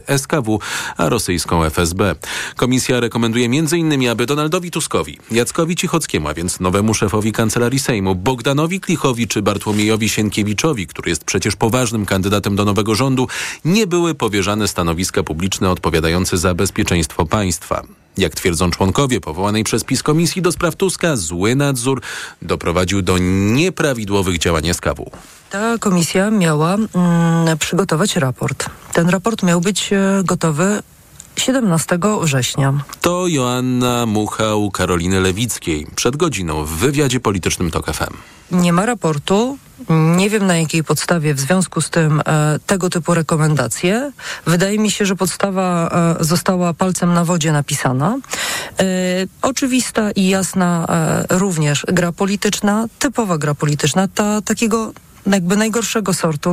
SKW, a rosyjską FSB. Komisja rekomenduje m.in., aby Donaldowi Tuskowi, Jackowi Cichockiemu, a więc nowemu szefowi Kancelarii Sejmu, Bogdanowi Klichowi czy Bartłomiejowi Sienkiewiczowi, który jest przecież poważnym kandydatem do nowego rządu, nie były powierzane stanowiska publiczne odpowiadające za bezpieczeństwo państwa. Jak twierdzą członkowie powołanej przez PiS Komisji do spraw Tuska, zły nadzór doprowadził do nieprawidłowych działań SKW. Ta komisja miała przygotować raport. Ten raport miał być gotowy 17 września. To Joanna Mucha u Karoliny Lewickiej przed godziną w wywiadzie politycznym TOK FM. Nie ma raportu. Nie wiem, na jakiej podstawie w związku z tym tego typu rekomendacje. Wydaje mi się, że podstawa została palcem na wodzie napisana. Oczywista i jasna również gra polityczna, typowa gra polityczna, takiego jakby najgorszego sortu,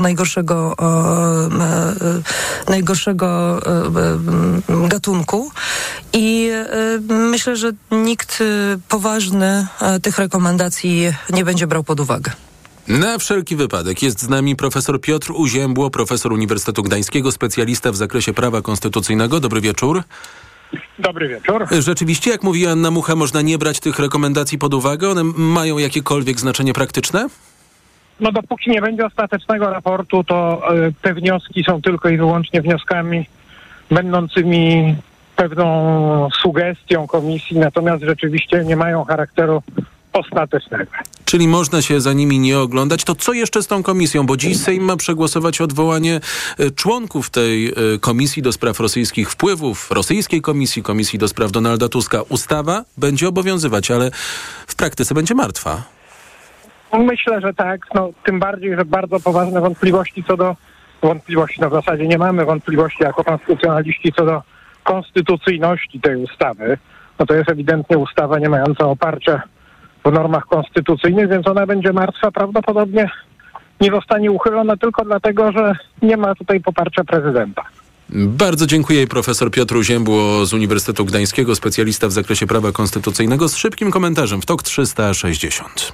najgorszego gatunku i myślę, że nikt poważny tych rekomendacji nie będzie brał pod uwagę. Na wszelki wypadek jest z nami profesor Piotr Uziębło, profesor Uniwersytetu Gdańskiego, specjalista w zakresie prawa konstytucyjnego. Dobry wieczór. Dobry wieczór. Rzeczywiście, jak mówi Anna Mucha, można nie brać tych rekomendacji pod uwagę? One mają jakiekolwiek znaczenie praktyczne? No dopóki nie będzie ostatecznego raportu, to te wnioski są tylko i wyłącznie wnioskami będącymi pewną sugestią komisji, natomiast rzeczywiście nie mają charakteru ostatecznego. Czyli można się za nimi nie oglądać. To co jeszcze z tą komisją? Bo dziś Sejm ma przegłosować odwołanie członków tej komisji do spraw rosyjskich wpływów, rosyjskiej komisji do spraw Donalda Tuska. Ustawa będzie obowiązywać, ale w praktyce będzie martwa. Myślę, że tak. No, tym bardziej, że bardzo poważne wątpliwości w zasadzie nie mamy wątpliwości jako konstytucjonaliści co do konstytucyjności tej ustawy. No to jest ewidentnie ustawa nie mająca oparcia w normach konstytucyjnych, więc ona będzie martwa. Prawdopodobnie nie zostanie uchylona tylko dlatego, że nie ma tutaj poparcia prezydenta. Bardzo dziękuję. Profesor Piotr Uziębło z Uniwersytetu Gdańskiego, specjalista w zakresie prawa konstytucyjnego, z szybkim komentarzem w TOK 360.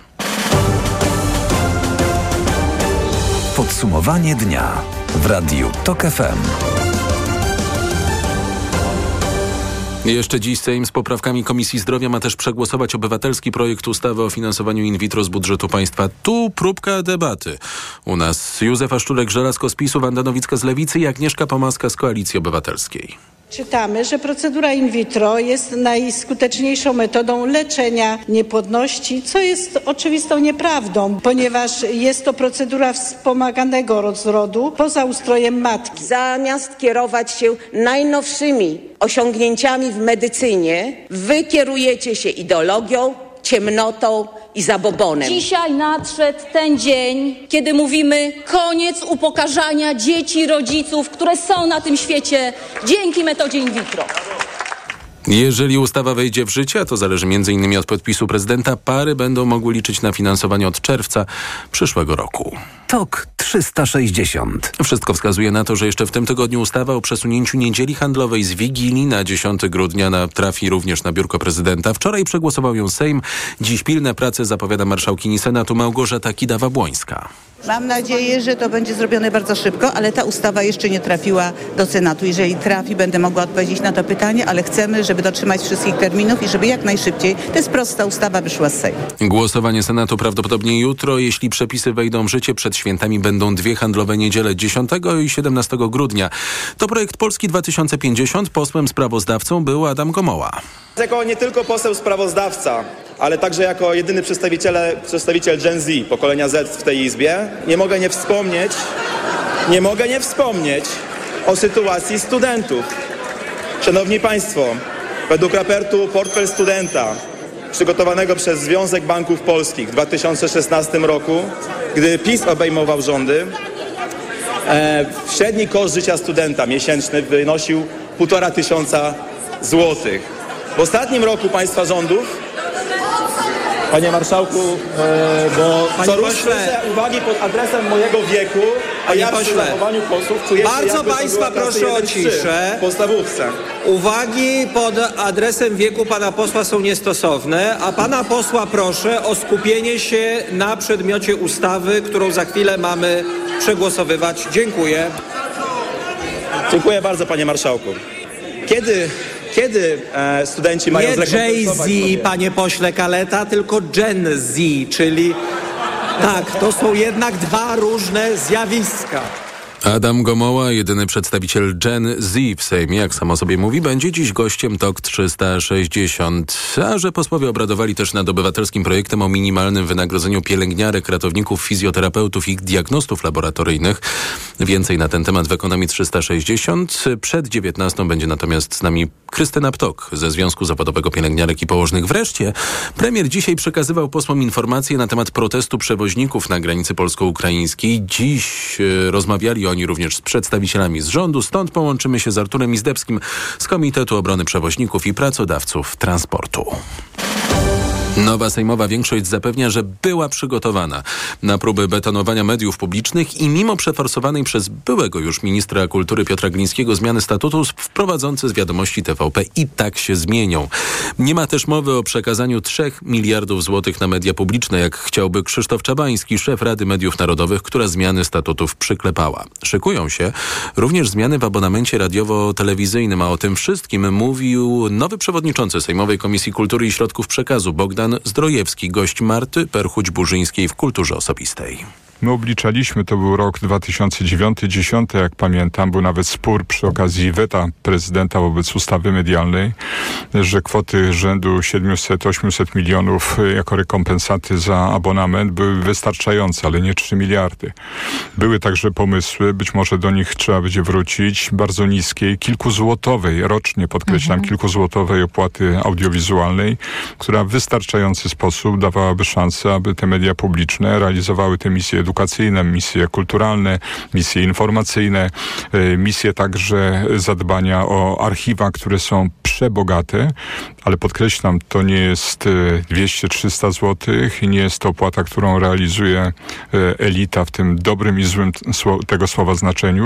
Podsumowanie dnia w Radiu TOK FM. Jeszcze dziś Sejm z poprawkami Komisji Zdrowia ma też przegłosować obywatelski projekt ustawy o finansowaniu in vitro z budżetu państwa. Tu próbka debaty. U nas Józefa Szczurek-Żelazko z PiS-u, Wanda Nowicka z Lewicy i Agnieszka Pomaska z Koalicji Obywatelskiej. Czytamy, że procedura in vitro jest najskuteczniejszą metodą leczenia niepłodności, co jest oczywistą nieprawdą, ponieważ jest to procedura wspomaganego rozrodu poza ustrojem matki. Zamiast kierować się najnowszymi osiągnięciami w medycynie, wy kierujecie się ideologią, ciemnotą i zabobonem. Dzisiaj nadszedł ten dzień, kiedy mówimy koniec upokarzania dzieci i rodziców, które są na tym świecie dzięki metodzie in vitro. Jeżeli ustawa wejdzie w życie, a to zależy m.in. od podpisu prezydenta, pary będą mogły liczyć na finansowanie od czerwca przyszłego roku. TOK 360. Wszystko wskazuje na to, że jeszcze w tym tygodniu ustawa o przesunięciu niedzieli handlowej z Wigilii na 10 grudnia trafi również na biurko prezydenta. Wczoraj przegłosował ją Sejm. Dziś pilne prace zapowiada marszałkini Senatu Małgorzata Kidawa-Błońska. Mam nadzieję, że to będzie zrobione bardzo szybko, ale ta ustawa jeszcze nie trafiła do Senatu. Jeżeli trafi, będę mogła odpowiedzieć na to pytanie, ale chcemy, żeby dotrzymać wszystkich terminów i żeby jak najszybciej, to jest prosta ustawa, wyszła z Sejmu. Głosowanie Senatu prawdopodobnie jutro. Jeśli przepisy wejdą w życie, przed świętami będą dwie handlowe niedziele 10 i 17 grudnia. To projekt Polski 2050. Posłem sprawozdawcą był Adam Gomoła. Jako nie tylko poseł sprawozdawca, ale także jako jedyny przedstawiciel Gen Z, pokolenia Z w tej Izbie, nie mogę nie wspomnieć o sytuacji studentów. Szanowni Państwo, według raportu Portfel Studenta, przygotowanego przez Związek Banków Polskich w 2016 roku, gdy PiS obejmował rządy, średni koszt życia studenta miesięczny wynosił 1500 złotych. W ostatnim roku państwa rządów, panie marszałku, bo co rusz słyszę uwagi pod adresem mojego wieku, a ja przy zachowaniu posłów czuję się, bardzo państwa proszę o ciszę. W podstawówce. Uwagi pod adresem wieku pana posła są niestosowne, a pana posła proszę o skupienie się na przedmiocie ustawy, którą za chwilę mamy przegłosowywać. Dziękuję. Dziękuję bardzo, panie marszałku. Kiedy studenci mają zrekompensować... Nie Jay-Z, panie pośle Kaleta, tylko Gen Z, czyli tak, to są jednak dwa różne zjawiska. Adam Gomoła, jedyny przedstawiciel Gen Z w Sejmie, jak samo sobie mówi, będzie dziś gościem TOK 360. A że posłowie obradowali też nad obywatelskim projektem o minimalnym wynagrodzeniu pielęgniarek, ratowników, fizjoterapeutów i diagnostów laboratoryjnych. Więcej na ten temat w Ekonomii 360. Przed 19 będzie natomiast z nami Krystyna Ptok ze Związku Zawodowego Pielęgniarek i Położnych. Wreszcie premier dzisiaj przekazywał posłom informacje na temat protestu przewoźników na granicy polsko-ukraińskiej. Dziś rozmawiali oni również z przedstawicielami z rządu, stąd połączymy się z Arturem Izdebskim z Komitetu Obrony Przewoźników i Pracodawców Transportu. Nowa sejmowa większość zapewnia, że była przygotowana na próby betonowania mediów publicznych i mimo przeforsowanej przez byłego już ministra kultury Piotra Glińskiego zmiany statutu wprowadzące z Wiadomości TVP i tak się zmienią. Nie ma też mowy o przekazaniu 3 miliardów złotych na media publiczne, jak chciałby Krzysztof Czabański, szef Rady Mediów Narodowych, która zmiany statutów przyklepała. Szykują się również zmiany w abonamencie radiowo-telewizyjnym, a o tym wszystkim mówił nowy przewodniczący Sejmowej Komisji Kultury i Środków Przekazu Bogdan Zdrojewski, gość Marty Perchuć-Burzyńskiej w Kulturze Osobistej. My obliczaliśmy, to był rok 2009-2010, jak pamiętam, był nawet spór przy okazji weta prezydenta wobec ustawy medialnej, że kwoty rzędu 700-800 milionów jako rekompensaty za abonament były wystarczające, ale nie 3 miliardy. Były także pomysły, być może do nich trzeba będzie wrócić, bardzo niskiej, kilkuzłotowej, rocznie podkreślam, kilkuzłotowej opłaty audiowizualnej, która w wystarczający sposób dawałaby szansę, aby te media publiczne realizowały te misje edukacyjne, misje kulturalne, misje informacyjne, misje także zadbania o archiwa, które są przebogate, ale podkreślam, to nie jest 200-300 zł i nie jest to opłata, którą realizuje elita w tym dobrym i złym tego słowa znaczeniu,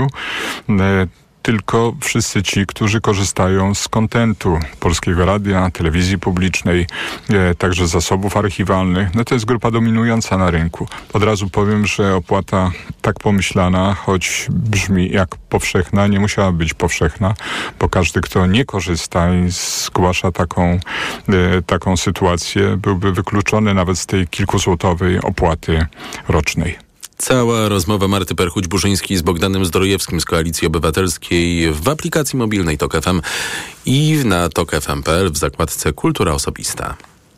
tylko wszyscy ci, którzy korzystają z kontentu Polskiego Radia, telewizji publicznej, także zasobów archiwalnych. No to jest grupa dominująca na rynku. Od razu powiem, że opłata tak pomyślana, choć brzmi jak powszechna, nie musiała być powszechna, bo każdy, kto nie korzysta i zgłasza taką sytuację, byłby wykluczony nawet z tej kilkuzłotowej opłaty rocznej. Cała rozmowa Marty Perchuć-Burzyńskiej z Bogdanem Zdrojewskim z Koalicji Obywatelskiej w aplikacji mobilnej TOK FM i na tokfm.pl w zakładce Kultura Osobista.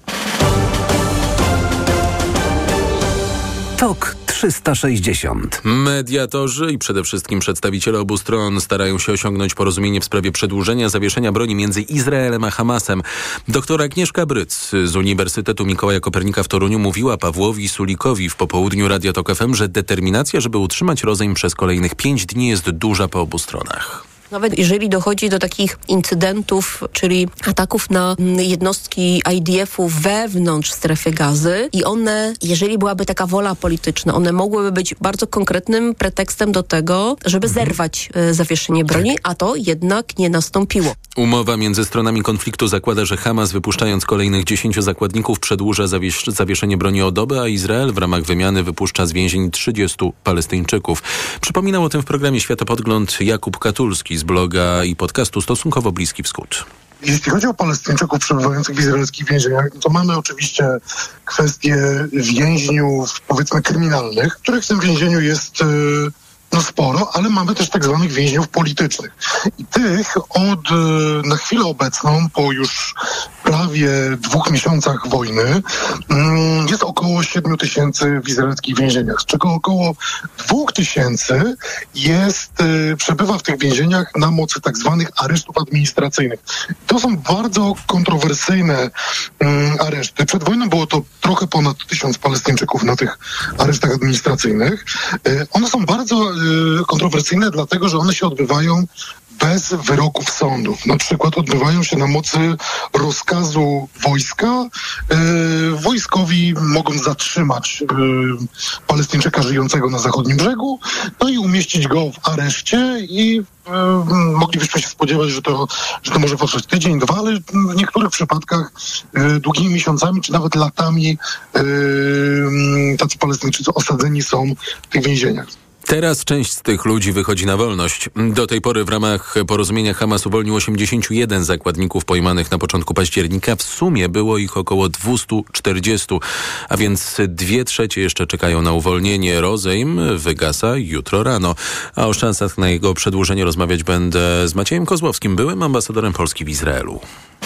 TOK 360. Mediatorzy i przede wszystkim przedstawiciele obu stron starają się osiągnąć porozumienie w sprawie przedłużenia zawieszenia broni między Izraelem a Hamasem. Doktor Agnieszka Bryc z Uniwersytetu Mikołaja Kopernika w Toruniu mówiła Pawłowi Sulikowi w popołudniu Radia TOK FM, że determinacja, żeby utrzymać rozejm przez kolejnych 5 dni jest duża po obu stronach. Nawet jeżeli dochodzi do takich incydentów, czyli ataków na jednostki IDF-u wewnątrz strefy Gazy i one, jeżeli byłaby taka wola polityczna, one mogłyby być bardzo konkretnym pretekstem do tego, żeby zerwać zawieszenie broni, a to jednak nie nastąpiło. Umowa między stronami konfliktu zakłada, że Hamas, wypuszczając kolejnych 10 zakładników, przedłuża zawieszenie broni o dobę, a Izrael w ramach wymiany wypuszcza z więzień 30 Palestyńczyków. Przypominał o tym w programie Światopodgląd Jakub Katulski z bloga i podcastu Stosunkowo Bliski Wschód. Jeśli chodzi o Palestyńczyków przebywających w izraelskich więzieniach, to mamy oczywiście kwestie więźniów, powiedzmy, kryminalnych, których w tym więzieniu jest sporo, ale mamy też tak zwanych więźniów politycznych. I tych na chwilę obecną, po już prawie 2 miesiącach wojny, jest około 7 000 w izraelskich więzieniach, z czego około 2 000 przebywa w tych więzieniach na mocy tak zwanych aresztów administracyjnych. To są bardzo kontrowersyjne areszty. Przed wojną było to trochę ponad 1000 Palestyńczyków na tych aresztach administracyjnych. One są bardzo kontrowersyjne, dlatego że one się odbywają bez wyroków sądów. Na przykład odbywają się na mocy rozkazu wojska. Wojskowi mogą zatrzymać Palestyńczyka żyjącego na zachodnim brzegu, no i umieścić go w areszcie i moglibyśmy się spodziewać, że to może potrwać tydzień, 2, ale w niektórych przypadkach długimi miesiącami czy nawet latami tacy Palestyńczycy osadzeni są w tych więzieniach. Teraz część z tych ludzi wychodzi na wolność. Do tej pory w ramach porozumienia Hamas uwolnił 81 zakładników pojmanych na początku października. W sumie było ich około 240, a więc 2/3 jeszcze czekają na uwolnienie. Rozejm wygasa jutro rano. A o szansach na jego przedłużenie rozmawiać będę z Maciejem Kozłowskim, byłym ambasadorem Polski w Izraelu.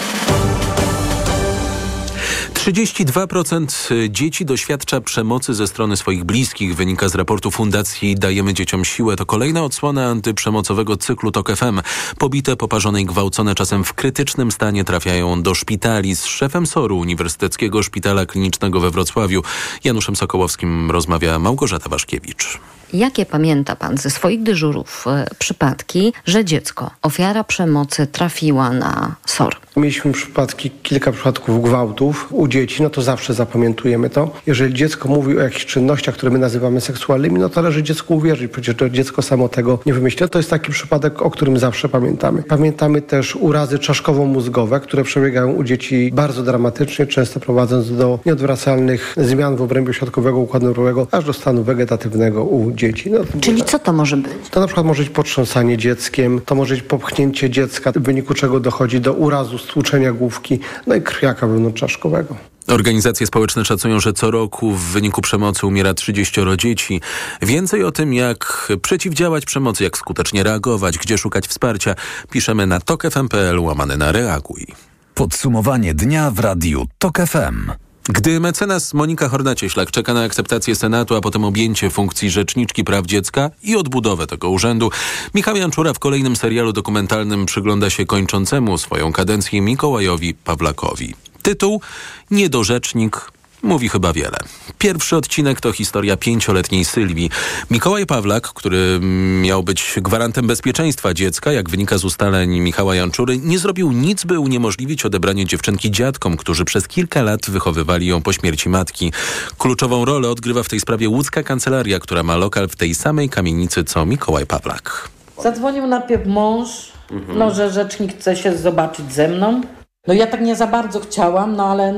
32% dzieci doświadcza przemocy ze strony swoich bliskich, wynika z raportu Fundacji Dajemy Dzieciom Siłę. To kolejna odsłona antyprzemocowego cyklu TOK FM. Pobite, poparzone i gwałcone, czasem w krytycznym stanie trafiają do szpitali. Z szefem SOR-u Uniwersyteckiego Szpitala Klinicznego we Wrocławiu, Januszem Sokołowskim, rozmawia Małgorzata Waszkiewicz. Jakie pamięta pan ze swoich dyżurów przypadki, że dziecko, ofiara przemocy, trafiła na SOR? Mieliśmy kilka przypadków gwałtów u dzieci, no to zawsze zapamiętujemy to. Jeżeli dziecko mówi o jakichś czynnościach, które my nazywamy seksualnymi, no to należy dziecku uwierzyć, przecież to dziecko samo tego nie wymyśli. To jest taki przypadek, o którym zawsze pamiętamy. Pamiętamy też urazy czaszkowo-mózgowe, które przebiegają u dzieci bardzo dramatycznie, często prowadząc do nieodwracalnych zmian w obrębie środkowego układu nerwowego, aż do stanu wegetatywnego u dzieci. No, czyli co to może być? To na przykład może być potrząsanie dzieckiem, to może być popchnięcie dziecka, w wyniku czego dochodzi do urazu, stłuczenia główki, no i krwiaka wewnątrzczaszkowego. Organizacje społeczne szacują, że co roku w wyniku przemocy umiera 30 dzieci. Więcej o tym, jak przeciwdziałać przemocy, jak skutecznie reagować, gdzie szukać wsparcia, piszemy na tokfm.pl/reaguj. Podsumowanie dnia w radiu TOK FM. Gdy mecenas Monika Horna-Cieślak czeka na akceptację Senatu, a potem objęcie funkcji Rzeczniczki Praw Dziecka i odbudowę tego urzędu, Michał Janczura w kolejnym serialu dokumentalnym przygląda się kończącemu swoją kadencję Mikołajowi Pawlakowi. Tytuł Niedorzecznik mówi chyba wiele. Pierwszy odcinek to historia 5-letniej Sylwii. Mikołaj Pawlak, który miał być gwarantem bezpieczeństwa dziecka, jak wynika z ustaleń Michała Janczury, nie zrobił nic, by uniemożliwić odebranie dziewczynki dziadkom, którzy przez kilka lat wychowywali ją po śmierci matki. Kluczową rolę odgrywa w tej sprawie łódzka kancelaria, która ma lokal w tej samej kamienicy co Mikołaj Pawlak. Zadzwonił najpierw mąż, że rzecznik chce się zobaczyć ze mną. No ja tak nie za bardzo chciałam, ale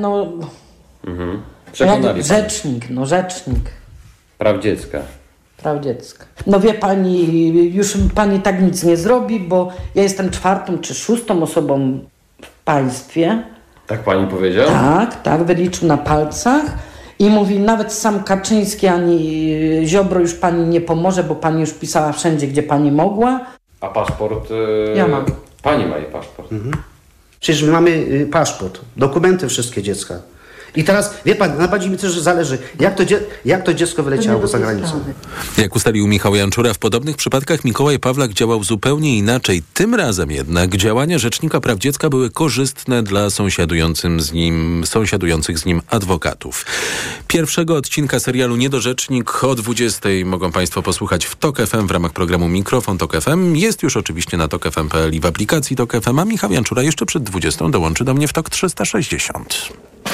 Przekonali rzecznik. Praw dziecka. Praw dziecka. No wie pani, już pani tak nic nie zrobi, bo ja jestem 4. czy 6. osobą w państwie. Tak pani powiedział? Tak, wyliczył na palcach i mówi, nawet sam Kaczyński ani Ziobro już pani nie pomoże, bo pani już pisała wszędzie, gdzie pani mogła. A paszport? Ja mam. Pani ma jej paszport. Przecież my mamy paszport, dokumenty wszystkie dziecka. I teraz, wie pan, najbardziej mi też zależy, jak to dziecko wyleciało za granicą. Jak ustalił Michał Janczura, w podobnych przypadkach Mikołaj Pawlak działał zupełnie inaczej. Tym razem jednak działania Rzecznika Praw Dziecka były korzystne dla sąsiadujących z nim adwokatów. Pierwszego odcinka serialu Niedorzecznik o 20:00 mogą państwo posłuchać w TOK FM w ramach programu Mikrofon TOK FM. Jest już oczywiście na tokfm.pl i w aplikacji TOK FM, a Michał Janczura jeszcze przed 20:00 dołączy do mnie w TOK 360.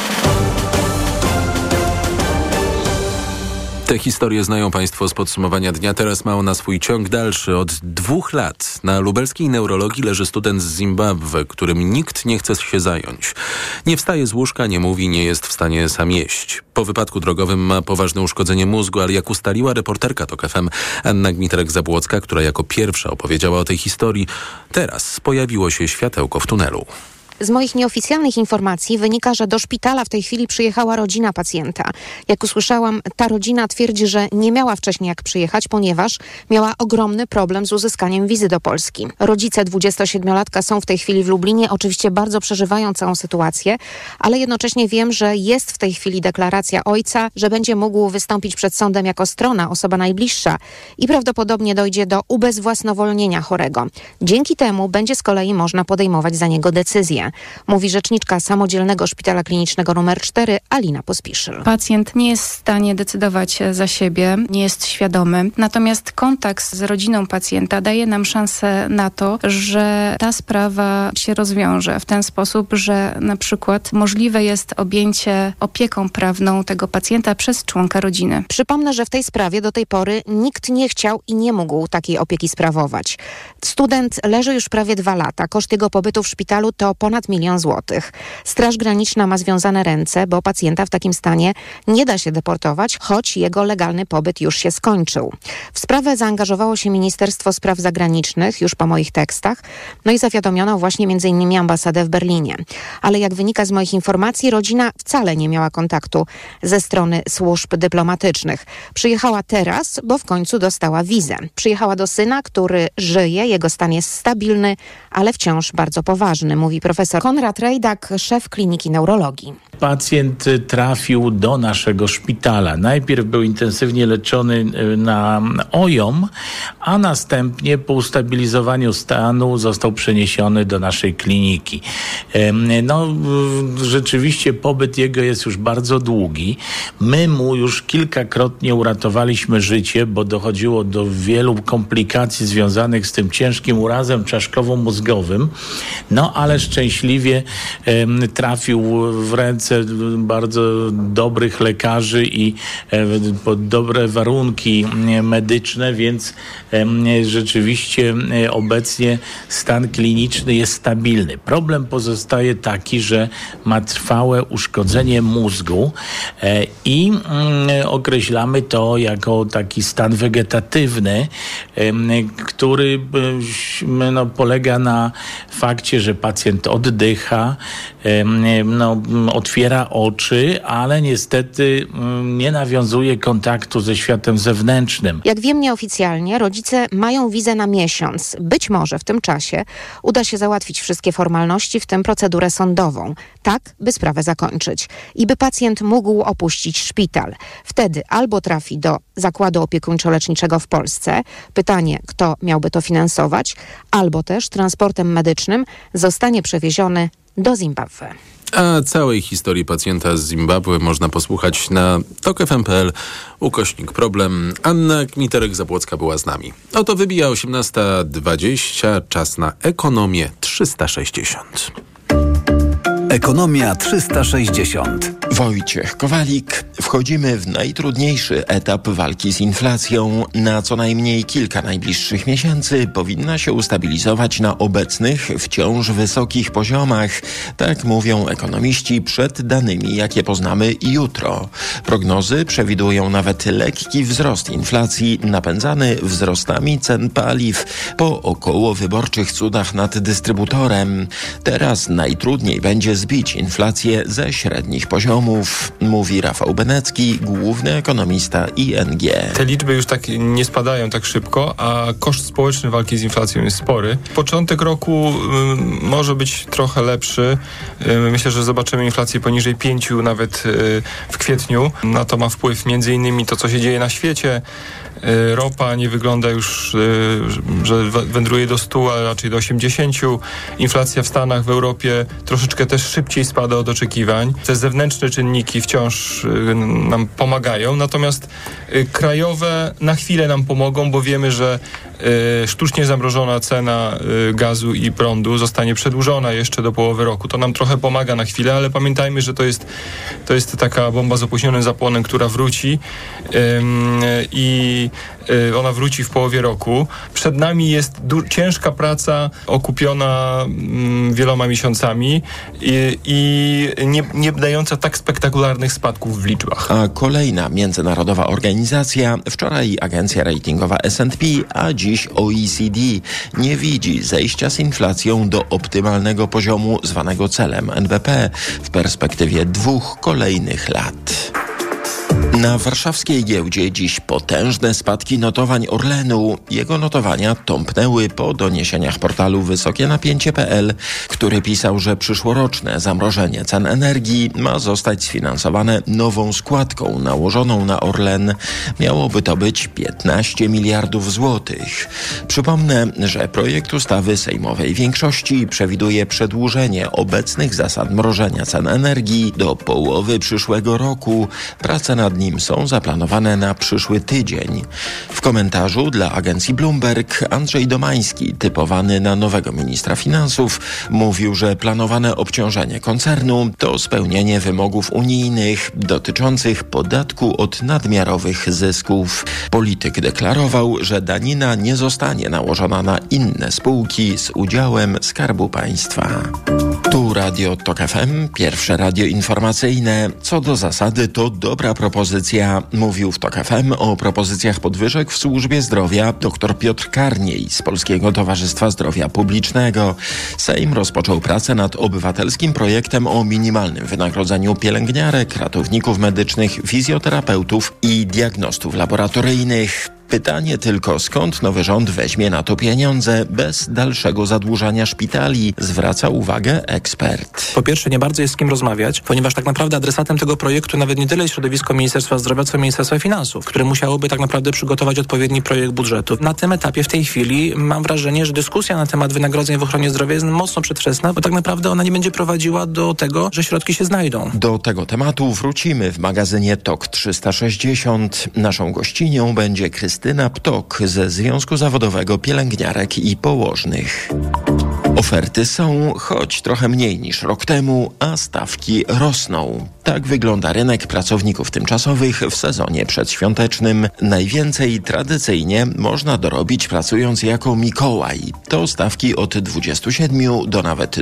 Te historie znają państwo z podsumowania dnia. Teraz ma ona swój ciąg dalszy. Od 2 lat na lubelskiej neurologii leży student z Zimbabwe, którym nikt nie chce się zająć. Nie wstaje z łóżka, nie mówi, nie jest w stanie sam jeść. Po wypadku drogowym ma poważne uszkodzenie mózgu, ale jak ustaliła reporterka TOK FM Anna Gmitrek-Zabłocka, która jako pierwsza opowiedziała o tej historii, teraz pojawiło się światełko w tunelu. Z moich nieoficjalnych informacji wynika, że do szpitala w tej chwili przyjechała rodzina pacjenta. Jak usłyszałam, ta rodzina twierdzi, że nie miała wcześniej jak przyjechać, ponieważ miała ogromny problem z uzyskaniem wizy do Polski. Rodzice 27-latka są w tej chwili w Lublinie, oczywiście bardzo przeżywają całą sytuację, ale jednocześnie wiem, że jest w tej chwili deklaracja ojca, że będzie mógł wystąpić przed sądem jako strona, osoba najbliższa i prawdopodobnie dojdzie do ubezwłasnowolnienia chorego. Dzięki temu będzie z kolei można podejmować za niego decyzję. Mówi rzeczniczka Samodzielnego Szpitala Klinicznego nr 4 Alina Pospíšil. Pacjent nie jest w stanie decydować za siebie, nie jest świadomy. Natomiast kontakt z rodziną pacjenta daje nam szansę na to, że ta sprawa się rozwiąże w ten sposób, że na przykład możliwe jest objęcie opieką prawną tego pacjenta przez członka rodziny. Przypomnę, że w tej sprawie do tej pory nikt nie chciał i nie mógł takiej opieki sprawować. Student leży już prawie 2 lata. Koszt jego pobytu w szpitalu to ponad ponad 1 000 000 złotych. Straż Graniczna ma związane ręce, bo pacjenta w takim stanie nie da się deportować, choć jego legalny pobyt już się skończył. W sprawę zaangażowało się Ministerstwo Spraw Zagranicznych już po moich tekstach, no i zawiadomiono właśnie m.in. ambasadę w Berlinie. Ale jak wynika z moich informacji, rodzina wcale nie miała kontaktu ze strony służb dyplomatycznych. Przyjechała teraz, bo w końcu dostała wizę. Przyjechała do syna, który żyje, jego stan jest stabilny, ale wciąż bardzo poważny, mówi profesor Konrad Rejdak, szef Kliniki Neurologii. Pacjent trafił do naszego szpitala. Najpierw był intensywnie leczony na OJOM, a następnie po ustabilizowaniu stanu został przeniesiony do naszej kliniki. Rzeczywiście pobyt jego jest już bardzo długi. My mu już kilkakrotnie uratowaliśmy życie, bo dochodziło do wielu komplikacji związanych z tym ciężkim urazem czaszkowo-mózgowym. Ale szczęśliwie trafił w ręce bardzo dobrych lekarzy i pod dobre warunki medyczne, więc rzeczywiście obecnie stan kliniczny jest stabilny. Problem pozostaje taki, że ma trwałe uszkodzenie mózgu i określamy to jako taki stan wegetatywny, który polega na fakcie, że pacjent oddycha, otwiera oczy, ale niestety nie nawiązuje kontaktu ze światem zewnętrznym. Jak wiem nieoficjalnie, rodzice mają wizę na miesiąc. Być może w tym czasie uda się załatwić wszystkie formalności, w tym procedurę sądową. Tak, by sprawę zakończyć. I by pacjent mógł opuścić szpital. Wtedy albo trafi do zakładu opiekuńczo-leczniczego w Polsce, pytanie, kto miałby to finansować, albo też transportem medycznym zostanie przewieziony do Zimbabwe. A całej historii pacjenta z Zimbabwe można posłuchać na tokfm.pl/problem. Anna Kmiterek-Zabłocka była z nami. Oto wybija 18:20, czas na Ekonomię 360. Ekonomia 360. Wojciech Kowalik. Wchodzimy w najtrudniejszy etap walki z inflacją. Na co najmniej kilka najbliższych miesięcy powinna się ustabilizować na obecnych, wciąż wysokich poziomach. Tak mówią ekonomiści przed danymi, jakie poznamy jutro. Prognozy przewidują nawet lekki wzrost inflacji napędzany wzrostami cen paliw po okołowyborczych cudach nad dystrybutorem. Teraz najtrudniej będzie zbić inflację ze średnich poziomów, mówi Rafał Benecki, główny ekonomista ING. Te liczby już tak nie spadają tak szybko, a koszt społeczny walki z inflacją jest spory. Początek roku może być trochę lepszy. Myślę, że zobaczymy inflację poniżej 5 nawet w kwietniu. Na to ma wpływ m.in. to, co się dzieje na świecie. Ropa nie wygląda już, że wędruje do 100, ale raczej do 80. Inflacja w Stanach, w Europie troszeczkę też szybciej spada od oczekiwań. Te zewnętrzne czynniki wciąż nam pomagają, natomiast krajowe na chwilę nam pomogą, bo wiemy, że sztucznie zamrożona cena gazu i prądu zostanie przedłużona jeszcze do połowy roku. To nam trochę pomaga na chwilę, ale pamiętajmy, że to jest taka bomba z opóźnionym zapłonem, która wróci i ona wróci w połowie roku. Przed nami jest ciężka praca okupiona wieloma miesiącami i nie dająca tak spektakularnych spadków w liczbach. A kolejna międzynarodowa organizacja, wczoraj agencja ratingowa S&P, a dziś OECD, nie widzi zejścia z inflacją do optymalnego poziomu zwanego celem NBP w perspektywie 2 kolejnych lat. Na warszawskiej giełdzie dziś potężne spadki notowań Orlenu. Jego notowania tąpnęły po doniesieniach portalu wysokienapięcie.pl, który pisał, że przyszłoroczne zamrożenie cen energii ma zostać sfinansowane nową składką nałożoną na Orlen. Miałoby to być 15 miliardów złotych. Przypomnę, że projekt ustawy sejmowej większości przewiduje przedłużenie obecnych zasad mrożenia cen energii do połowy przyszłego roku. Prace nad nim są zaplanowane na przyszły tydzień. W komentarzu dla agencji Bloomberg Andrzej Domański, typowany na nowego ministra finansów, mówił, że planowane obciążenie koncernu to spełnienie wymogów unijnych dotyczących podatku od nadmiarowych zysków. Polityk deklarował, że danina nie zostanie nałożona na inne spółki z udziałem Skarbu Państwa. Tu Radio TOK FM, pierwsze radio informacyjne. Co do zasady to dobra propozycja. Mówił w TOK FM o propozycjach podwyżek w służbie zdrowia dr Piotr Karniej z Polskiego Towarzystwa Zdrowia Publicznego. Sejm rozpoczął pracę nad obywatelskim projektem o minimalnym wynagrodzeniu pielęgniarek, ratowników medycznych, fizjoterapeutów i diagnostów laboratoryjnych. Pytanie tylko, skąd nowy rząd weźmie na to pieniądze bez dalszego zadłużania szpitali, zwraca uwagę ekspert. Po pierwsze, nie bardzo jest z kim rozmawiać, ponieważ tak naprawdę adresatem tego projektu nawet nie tyle jest środowisko Ministerstwa Zdrowia, co Ministerstwa Finansów, które musiałoby tak naprawdę przygotować odpowiedni projekt budżetu. Na tym etapie w tej chwili mam wrażenie, że dyskusja na temat wynagrodzeń w ochronie zdrowia jest mocno przedwczesna, bo tak naprawdę ona nie będzie prowadziła do tego, że środki się znajdą. Do tego tematu wrócimy w magazynie TOK 360. Naszą gościnią będzie Krystyna Ptok ze Związku Zawodowego Pielęgniarek i Położnych. Oferty są, choć trochę mniej niż rok temu, a stawki rosną. Tak wygląda rynek pracowników tymczasowych w sezonie przedświątecznym. Najwięcej tradycyjnie można dorobić pracując jako Mikołaj. To stawki od 27 do nawet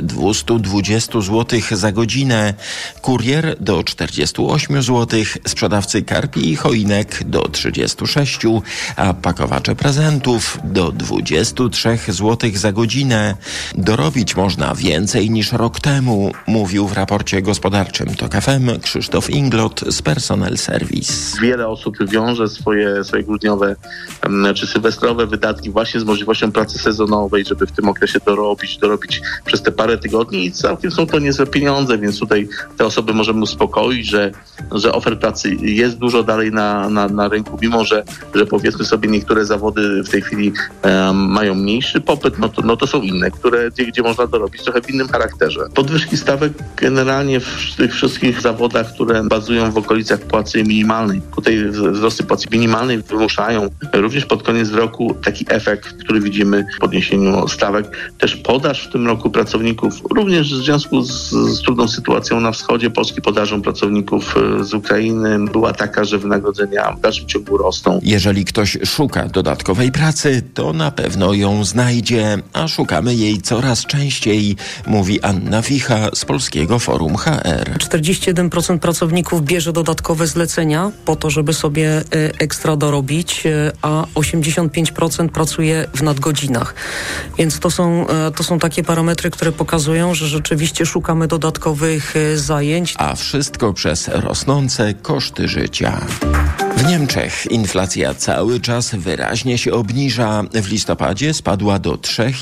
220 zł za godzinę. Kurier do 48 zł, sprzedawcy karpi i choinek do 36, a pakowacze prezentów do 23 zł za godzinę. Dorobić można więcej niż rok temu, mówił w raporcie gospodarczym TOK FM Krzysztof Inglot z Personel Service. Wiele osób wiąże swoje grudniowe czy sylwestrowe wydatki właśnie z możliwością pracy sezonowej, żeby w tym okresie dorobić przez te parę tygodni i całkiem są to niezłe pieniądze, więc tutaj te osoby możemy uspokoić, że ofert pracy jest dużo dalej na rynku, mimo że powiedzmy sobie niektóre zawody w tej chwili mają mniejszy popyt, no to są inne, gdzie można dorobić trochę w innym charakterze. Podwyżki stawek generalnie w tych wszystkich zawodach, które bazują w okolicach płacy minimalnej. Tutaj wzrosty płacy minimalnej wymuszają również pod koniec roku taki efekt, który widzimy w podniesieniu stawek. Też podaż w tym roku pracowników, również w związku z trudną sytuacją na wschodzie Polski, podażą pracowników z Ukrainy była taka, że wynagrodzenia w dalszym ciągu rosną. Jeżeli ktoś szuka dodatkowej pracy, to na pewno ją znajdzie, a szukamy jej coraz częściej, mówi Anna Wicha z Polskiego Forum HR. 41% pracowników bierze dodatkowe zlecenia po to, żeby sobie ekstra dorobić, a 85% pracuje w nadgodzinach. Więc to są takie parametry, które pokazują, że rzeczywiście szukamy dodatkowych zajęć. A wszystko przez rosnące koszty życia. W Niemczech inflacja cały czas wyraźnie się obniża. W listopadzie spadła do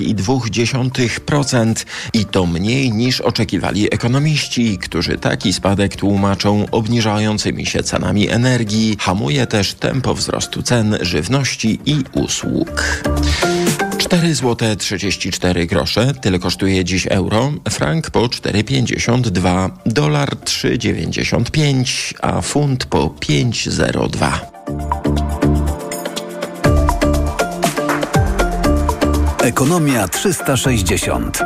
3,2% i to mniej niż oczekiwali ekonomiści, którzy taki spadek tłumaczą obniżającymi się cenami energii. Hamuje też tempo wzrostu cen żywności i usług. 4,34 zł, tyle kosztuje dziś euro, frank po 4,52, dolar 3,95, a funt po 5,02. Ekonomia 360.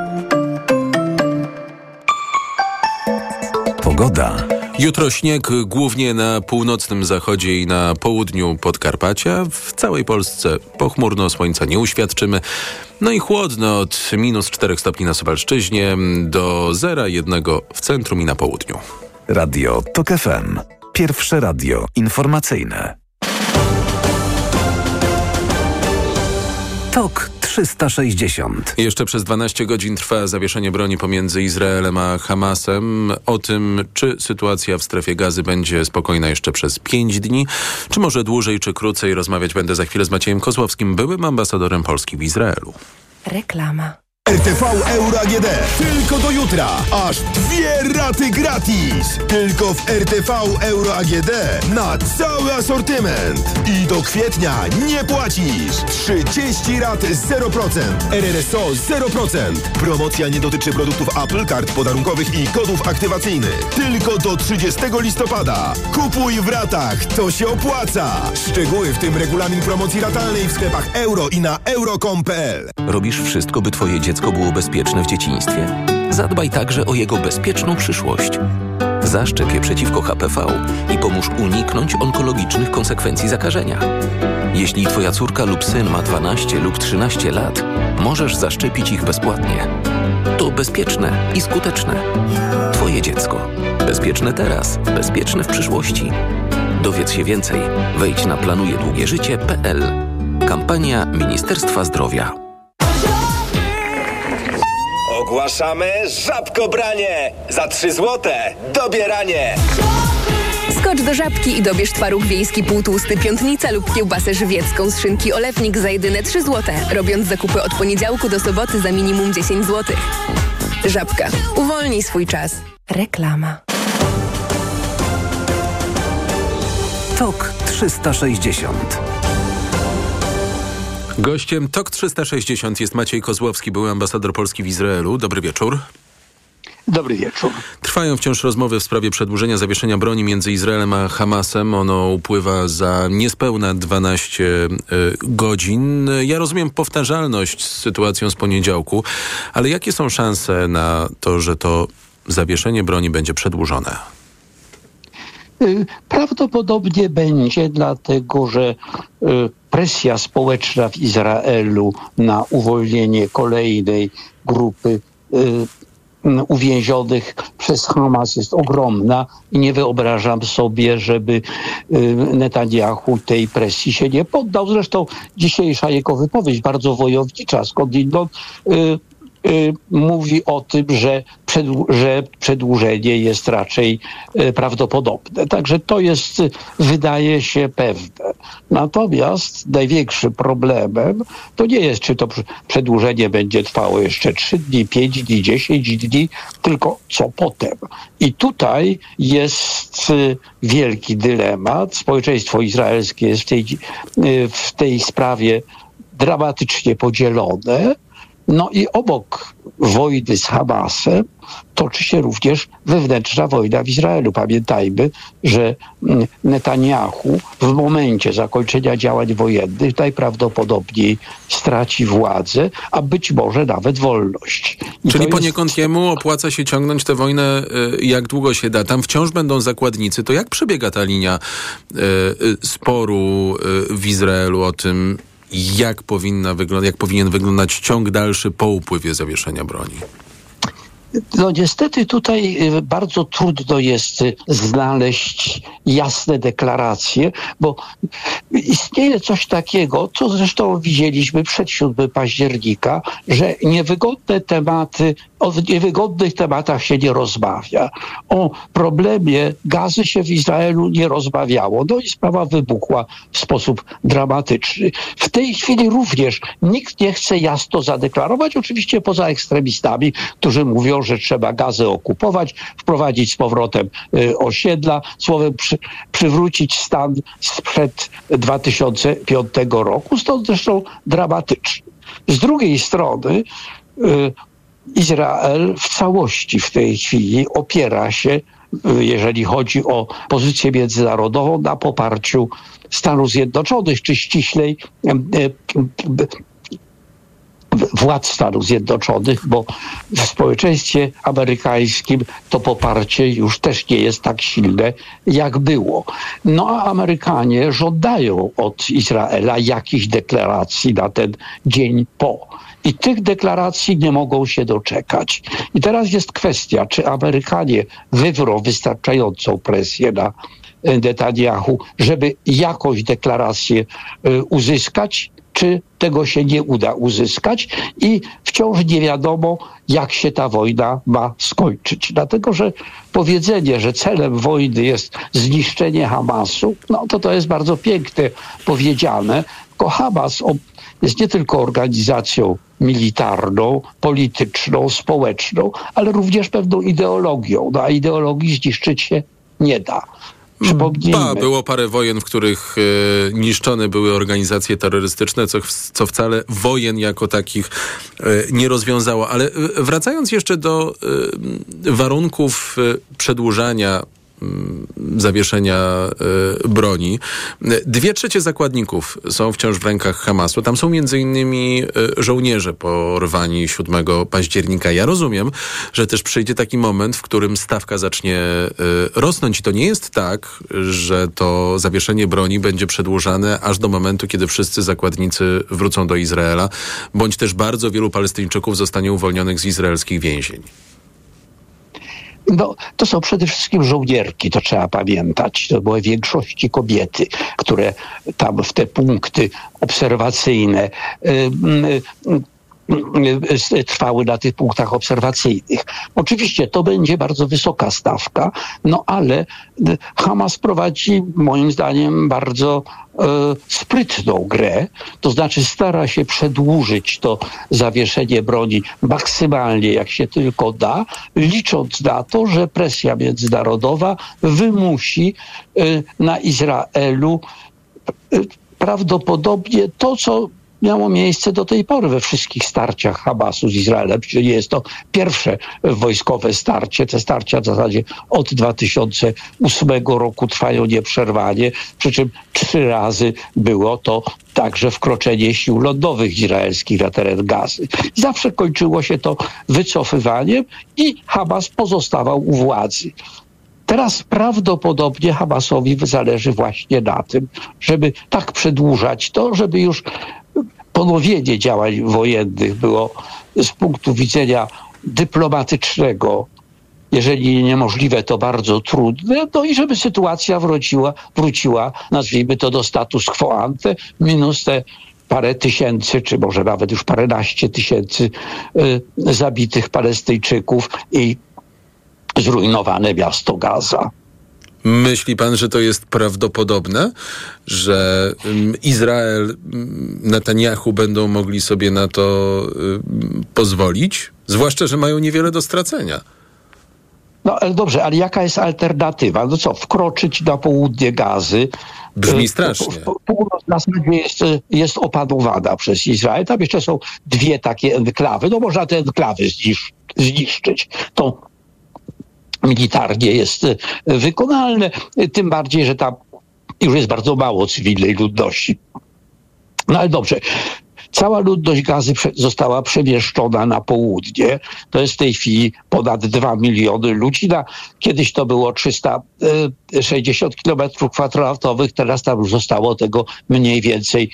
Pogoda. Jutro śnieg głównie na północnym zachodzie i na południu Podkarpacia. W całej Polsce pochmurno, słońca nie uświadczymy. No i chłodno od -4 stopni na Suwalszczyźnie do 0,1 w centrum i na południu. Radio TOK FM. Pierwsze radio informacyjne. TOK 360. Jeszcze przez 12 godzin trwa zawieszenie broni pomiędzy Izraelem a Hamasem. O tym, czy sytuacja w strefie Gazy będzie spokojna jeszcze przez 5 dni, czy może dłużej, czy krócej, rozmawiać będę za chwilę z Maciejem Kozłowskim, byłym ambasadorem Polski w Izraelu. Reklama. RTV Euro AGD. Tylko do jutra. Aż 2 raty gratis. Tylko w RTV Euro AGD na cały asortyment. I do kwietnia nie płacisz. 30 rat 0%. RRSO 0%. Promocja nie dotyczy produktów Apple, kart podarunkowych i kodów aktywacyjnych. Tylko do 30 listopada. Kupuj w ratach. To się opłaca. Szczegóły, w tym regulamin promocji ratalnej w sklepach euro i na euro.com.pl. Robisz wszystko, by twoje dziecko było bezpieczne w dzieciństwie. Zadbaj także o jego bezpieczną przyszłość. Zaszczep je przeciwko HPV i pomóż uniknąć onkologicznych konsekwencji zakażenia. Jeśli twoja córka lub syn ma 12 lub 13 lat, możesz zaszczepić ich bezpłatnie. To bezpieczne i skuteczne. Twoje dziecko. Bezpieczne teraz, bezpieczne w przyszłości. Dowiedz się więcej. Wejdź na planujedługieżycie.pl. Kampania Ministerstwa Zdrowia. Ogłaszamy żabkobranie! Za 3 złote dobieranie! Skocz do Żabki i dobierz twaróg wiejski półtłusty Piątnica lub kiełbasę żywiecką z szynki Olewnik za jedyne 3 złote, robiąc zakupy od poniedziałku do soboty za minimum 10 zł. Żabka. Uwolnij swój czas. Reklama. TOK 360. Gościem TOK 360 jest Maciej Kozłowski, były ambasador Polski w Izraelu. Dobry wieczór. Dobry wieczór. Trwają wciąż rozmowy w sprawie przedłużenia zawieszenia broni między Izraelem a Hamasem. Ono upływa za niespełna 12 godzin. Ja rozumiem powtarzalność z sytuacją z poniedziałku, ale jakie są szanse na to, że to zawieszenie broni będzie przedłużone? Prawdopodobnie będzie, dlatego że presja społeczna w Izraelu na uwolnienie kolejnej grupy uwięzionych przez Hamas jest ogromna i nie wyobrażam sobie, żeby Netanyahu tej presji się nie poddał. Zresztą dzisiejsza jego wypowiedź, bardzo wojownicza skądinąd, mówi o tym, że przedłużenie jest raczej prawdopodobne. Także to jest, wydaje się, pewne. Natomiast największym problemem to nie jest, czy to przedłużenie będzie trwało jeszcze 3 dni, 5 dni, 10 dni, tylko co potem. I tutaj jest wielki dylemat. Społeczeństwo izraelskie jest w tej sprawie dramatycznie podzielone. No i obok wojny z Hamasem toczy się również wewnętrzna wojna w Izraelu. Pamiętajmy, że Netanyahu w momencie zakończenia działań wojennych najprawdopodobniej straci władzę, a być może nawet wolność. Czyli poniekąd jemu opłaca się ciągnąć tę wojnę jak długo się da. Tam wciąż będą zakładnicy. To jak przebiega ta linia sporu w Izraelu o tym, jak powinien wyglądać ciąg dalszy po upływie zawieszenia broni? No niestety tutaj bardzo trudno jest znaleźć jasne deklaracje, bo istnieje coś takiego, co zresztą widzieliśmy przed 7 października, że o niewygodnych tematach się nie rozmawia. O problemie gazy się w Izraelu nie rozmawiało. No i sprawa wybuchła w sposób dramatyczny. W tej chwili również nikt nie chce jasno zadeklarować, oczywiście poza ekstremistami, którzy mówią, że trzeba Gazę okupować, wprowadzić z powrotem osiedla, słowem przywrócić stan sprzed 2005 roku, stąd zresztą dramatyczny. Z drugiej strony Izrael w całości w tej chwili opiera się, jeżeli chodzi o pozycję międzynarodową, na poparciu Stanów Zjednoczonych, czy ściślej władz Stanów Zjednoczonych, bo w społeczeństwie amerykańskim to poparcie już też nie jest tak silne, jak było. No a Amerykanie żądają od Izraela jakichś deklaracji na ten dzień po. I tych deklaracji nie mogą się doczekać. I teraz jest kwestia, czy Amerykanie wywrą wystarczającą presję na Netanyahu, żeby jakąś deklarację uzyskać, czy tego się nie uda uzyskać i wciąż nie wiadomo, jak się ta wojna ma skończyć. Dlatego, że powiedzenie, że celem wojny jest zniszczenie Hamasu, no to jest bardzo pięknie powiedziane, tylko Hamas jest nie tylko organizacją militarną, polityczną, społeczną, ale również pewną ideologią. No a ideologii zniszczyć się nie da. Było parę wojen, w których niszczone były organizacje terrorystyczne, co wcale wojen jako takich nie rozwiązało. Ale wracając jeszcze do warunków przedłużania zawieszenia broni. 2/3 zakładników są wciąż w rękach Hamasu. Tam są między innymi żołnierze porwani 7 października. Ja rozumiem, że też przyjdzie taki moment, w którym stawka zacznie rosnąć i to nie jest tak, że to zawieszenie broni będzie przedłużane aż do momentu, kiedy wszyscy zakładnicy wrócą do Izraela, bądź też bardzo wielu Palestyńczyków zostanie uwolnionych z izraelskich więzień. No, to są przede wszystkim żołnierki, to trzeba pamiętać. To były w większości kobiety, które tam w te punkty obserwacyjne trwały na tych punktach obserwacyjnych. Oczywiście to będzie bardzo wysoka stawka, no ale Hamas prowadzi moim zdaniem bardzo sprytną grę, to znaczy stara się przedłużyć to zawieszenie broni maksymalnie jak się tylko da, licząc na to, że presja międzynarodowa wymusi na Izraelu prawdopodobnie to, co miało miejsce do tej pory we wszystkich starciach Hamasu z Izraelem. Czyli jest to pierwsze wojskowe starcie. Te starcia w zasadzie od 2008 roku trwają nieprzerwanie, przy czym 3 razy było to także wkroczenie sił lądowych izraelskich na teren Gazy. Zawsze kończyło się to wycofywaniem i Hamas pozostawał u władzy. Teraz prawdopodobnie Hamasowi zależy właśnie na tym, żeby tak przedłużać to, żeby już ponowienie działań wojennych było z punktu widzenia dyplomatycznego, jeżeli niemożliwe, to bardzo trudne, no i żeby sytuacja wróciła, nazwijmy to, do status quo ante, minus te parę tysięcy, czy może nawet już paręnaście tysięcy zabitych Palestyńczyków i zrujnowane miasto Gaza. Myśli pan, że to jest prawdopodobne, że Izrael, Netanyahu będą mogli sobie na to pozwolić? Zwłaszcza, że mają niewiele do stracenia. No ale dobrze, ale jaka jest alternatywa? No co, wkroczyć na południe Gazy? Brzmi strasznie. Północ na zasadzie jest opanowana przez Izrael. Tam jeszcze są 2 takie enklawy. No można te enklawy zniszczyć. To militarnie jest wykonalne, tym bardziej, że tam już jest bardzo mało cywilnej ludności. No ale dobrze, cała ludność Gazy została przemieszczona na południe. To jest w tej chwili ponad 2 miliony ludzi. Kiedyś to było 360 km², teraz tam już zostało tego mniej więcej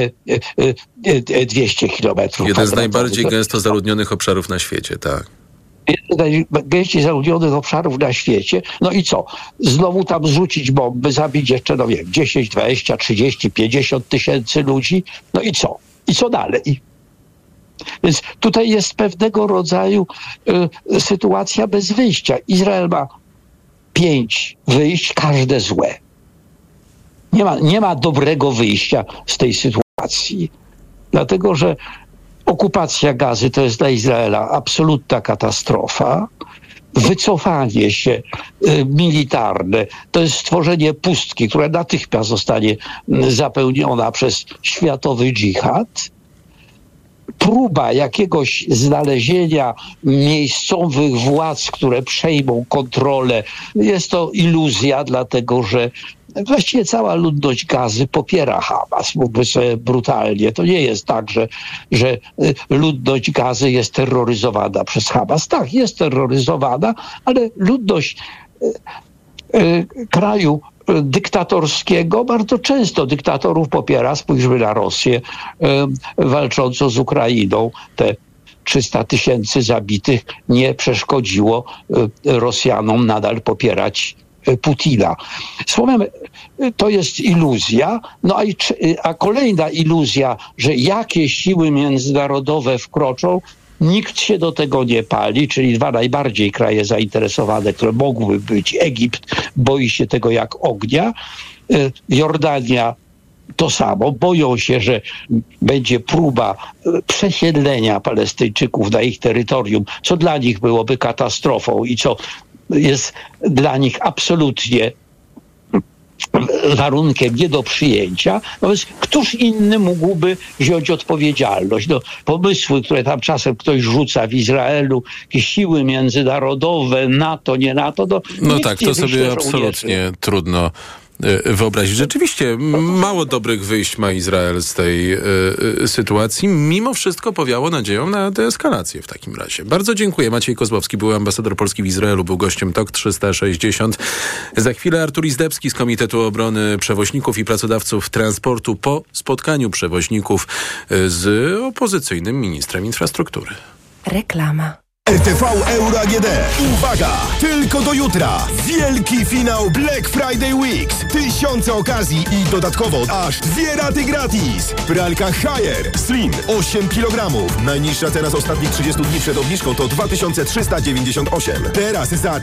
200 km². Jeden z najbardziej gęsto zaludnionych obszarów na świecie, tak. Najgęściej zaludnionych obszarów na świecie. No i co? Znowu tam zrzucić bomby, zabić jeszcze, 10, 20, 30, 50 tysięcy ludzi. No i co? I co dalej? Więc tutaj jest pewnego rodzaju sytuacja bez wyjścia. Izrael ma 5 wyjść, każde złe. Nie ma dobrego wyjścia z tej sytuacji. Dlatego, że okupacja Gazy to jest dla Izraela absolutna katastrofa. Wycofanie się militarne to jest stworzenie pustki, która natychmiast zostanie zapełniona przez światowy dżihad. Próba jakiegoś znalezienia miejscowych władz, które przejmą kontrolę, jest to iluzja, dlatego że właściwie cała ludność Gazy popiera Hamas, mógłby sobie brutalnie. To nie jest tak, że ludność Gazy jest terroryzowana przez Hamas. Tak, jest terroryzowana, ale ludność kraju dyktatorskiego bardzo często dyktatorów popiera. Spójrzmy na Rosję walczącą z Ukrainą. Te 300 tysięcy zabitych nie przeszkodziło Rosjanom nadal popierać Putina. Słowem, to jest iluzja. No a kolejna iluzja, że jakieś siły międzynarodowe wkroczą, nikt się do tego nie pali, czyli 2 najbardziej kraje zainteresowane, które mogłyby być. Egipt boi się tego jak ognia. Jordania to samo. Boją się, że będzie próba przesiedlenia Palestyńczyków na ich terytorium, co dla nich byłoby katastrofą i co jest dla nich absolutnie warunkiem nie do przyjęcia, no więc któż inny mógłby wziąć odpowiedzialność? No, pomysły, które tam czasem ktoś rzuca w Izraelu, jakieś siły międzynarodowe, NATO, nie NATO, no tak, to sobie absolutnie trudno wyobrazić. Rzeczywiście mało dobrych wyjść ma Izrael z tej sytuacji. Mimo wszystko powiało nadzieją na deeskalację w takim razie. Bardzo dziękuję. Maciej Kozłowski, był ambasador Polski w Izraelu, był gościem TOK 360. Za chwilę Artur Izdebski z Komitetu Obrony Przewoźników i Pracodawców Transportu po spotkaniu przewoźników z opozycyjnym ministrem infrastruktury. Reklama. RTV Euro AGD. Uwaga! Tylko do jutra. Wielki finał Black Friday Weeks. Tysiące okazji i dodatkowo aż 2 raty gratis. Pralka Haier Slim 8 kg. Najniższa teraz ostatnich 30 dni przed obniżką to 2398. Teraz za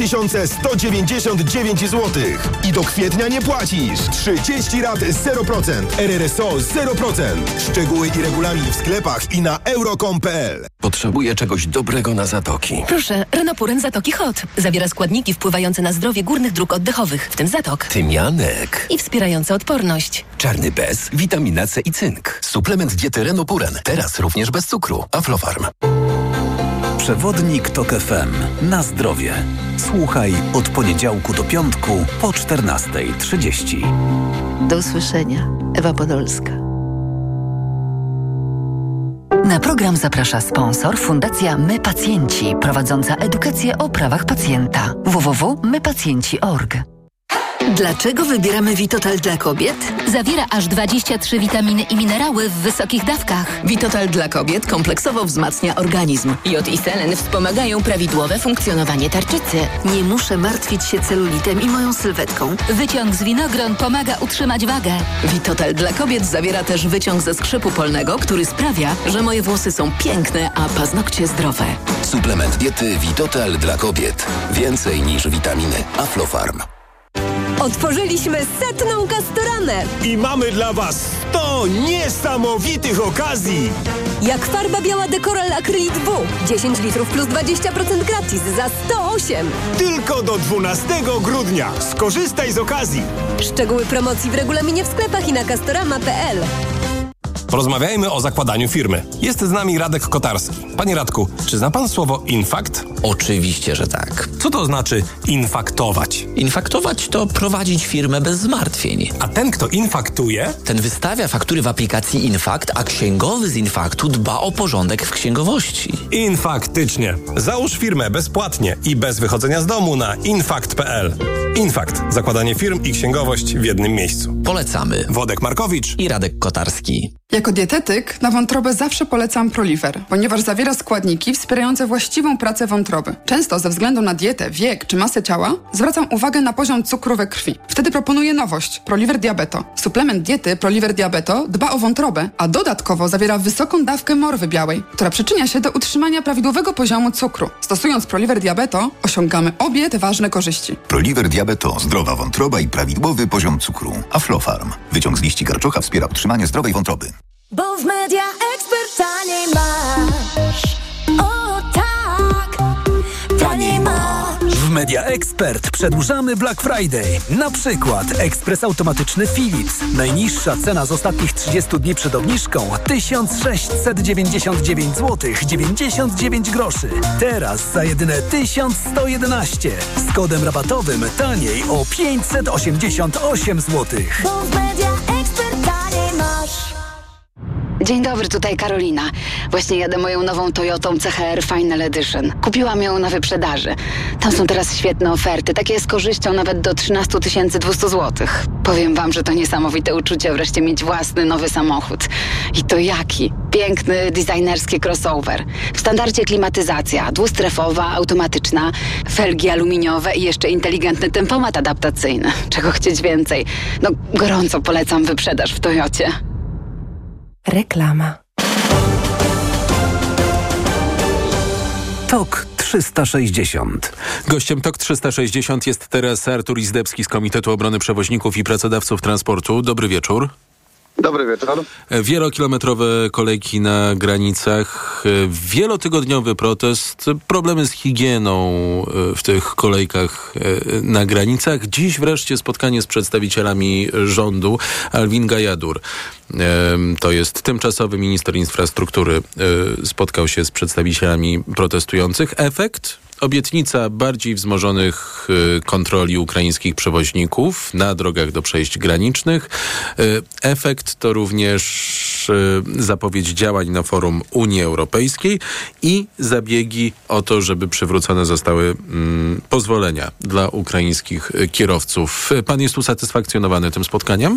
2199 zł. I do kwietnia nie płacisz. 30 rat 0%. RRSO 0%. Szczegóły i regulamin w sklepach i na euro.com.pl. Potrzebuję czegoś dobrego na zatoki. Proszę, Renopuren Zatoki Hot. Zawiera składniki wpływające na zdrowie górnych dróg oddechowych, w tym zatok. Tymianek. I wspierające odporność. Czarny bez, witamina C i cynk. Suplement diety Renopuren. Teraz również bez cukru. Aflofarm. Przewodnik TOK FM. Na zdrowie. Słuchaj od poniedziałku do piątku po 14:30. Do usłyszenia. Ewa Podolska. Na program zaprasza sponsor Fundacja My Pacjenci, prowadząca edukację o prawach pacjenta. www.mypacjenci.org. Dlaczego wybieramy Vitotal dla kobiet? Zawiera aż 23 witaminy i minerały w wysokich dawkach. Vitotal dla kobiet kompleksowo wzmacnia organizm. Jod i selen wspomagają prawidłowe funkcjonowanie tarczycy. Nie muszę martwić się celulitem i moją sylwetką. Wyciąg z winogron pomaga utrzymać wagę. Vitotal dla kobiet zawiera też wyciąg ze skrzypu polnego, który sprawia, że moje włosy są piękne, a paznokcie zdrowe. Suplement diety Vitotal dla kobiet. Więcej niż witaminy. Aflofarm. Otworzyliśmy 100. Castoramę. I mamy dla Was 100 niesamowitych okazji. Jak farba biała Decoral Acrylic W. 10 litrów plus 20% gratis za 108. Tylko do 12 grudnia. Skorzystaj z okazji. Szczegóły promocji w regulaminie w sklepach i na castorama.pl. Porozmawiajmy o zakładaniu firmy. Jest z nami Radek Kotarski. Panie Radku, czy zna pan słowo infakt? Oczywiście, że tak. Co to znaczy infaktować? Infaktować to prowadzić firmę bez zmartwień. A ten, kto infaktuje? Ten wystawia faktury w aplikacji Infakt, a księgowy z Infaktu dba o porządek w księgowości. Infaktycznie. Załóż firmę bezpłatnie i bez wychodzenia z domu na infakt.pl. Infakt. Zakładanie firm i księgowość w jednym miejscu. Polecamy. Wodek Markowicz i Radek Kotarski. Jako dietetyk na wątrobę zawsze polecam Proliver, ponieważ zawiera składniki wspierające właściwą pracę wątroby. Często ze względu na dietę, wiek czy masę ciała zwracam uwagę na poziom cukru we krwi. Wtedy proponuję nowość – Proliver Diabeto. Suplement diety Proliver Diabeto dba o wątrobę, a dodatkowo zawiera wysoką dawkę morwy białej, która przyczynia się do utrzymania prawidłowego poziomu cukru. Stosując Proliver Diabeto osiągamy obie te ważne korzyści. Proliver Diabeto, zdrowa wątroba i prawidłowy poziom cukru. Aflofarm. Wyciąg z liści karczocha wspiera utrzymanie zdrowej wątroby. Bo w Media Expert taniej masz. O tak, taniej masz. W Media Expert przedłużamy Black Friday. Na przykład ekspres automatyczny Philips. Najniższa cena z ostatnich 30 dni przed obniżką 1699 zł 99 groszy. Teraz za jedyne 1111. Z kodem rabatowym taniej o 588 zł. Bo w Media Expert taniej masz. Dzień dobry, tutaj Karolina. Właśnie jadę moją nową Toyotą CHR Final Edition. Kupiłam ją na wyprzedaży. Tam są teraz świetne oferty, takie z korzyścią nawet do 13 200 zł. Powiem wam, że to niesamowite uczucie wreszcie mieć własny nowy samochód. I to jaki? Piękny, designerski crossover. W standardzie klimatyzacja, dwustrefowa, automatyczna, felgi aluminiowe i jeszcze inteligentny tempomat adaptacyjny. Czego chcieć więcej? No, gorąco polecam wyprzedaż w Toyocie. Reklama. TOK 360. Gościem TOK 360 jest teraz Artur Izdebski z Komitetu Obrony Przewoźników i Pracodawców Transportu. Dobry wieczór. Dobry wieczór. Wielokilometrowe kolejki na granicach, wielotygodniowy protest, problemy z higieną w tych kolejkach na granicach. Dziś wreszcie spotkanie z przedstawicielami rządu. Alvin Gajadur, to jest tymczasowy minister infrastruktury, spotkał się z przedstawicielami protestujących. Efekt? Obietnica bardziej wzmożonych kontroli ukraińskich przewoźników na drogach do przejść granicznych. Efekt to również zapowiedź działań na forum Unii Europejskiej i zabiegi o to, żeby przywrócone zostały pozwolenia dla ukraińskich kierowców. Pan jest usatysfakcjonowany tym spotkaniem?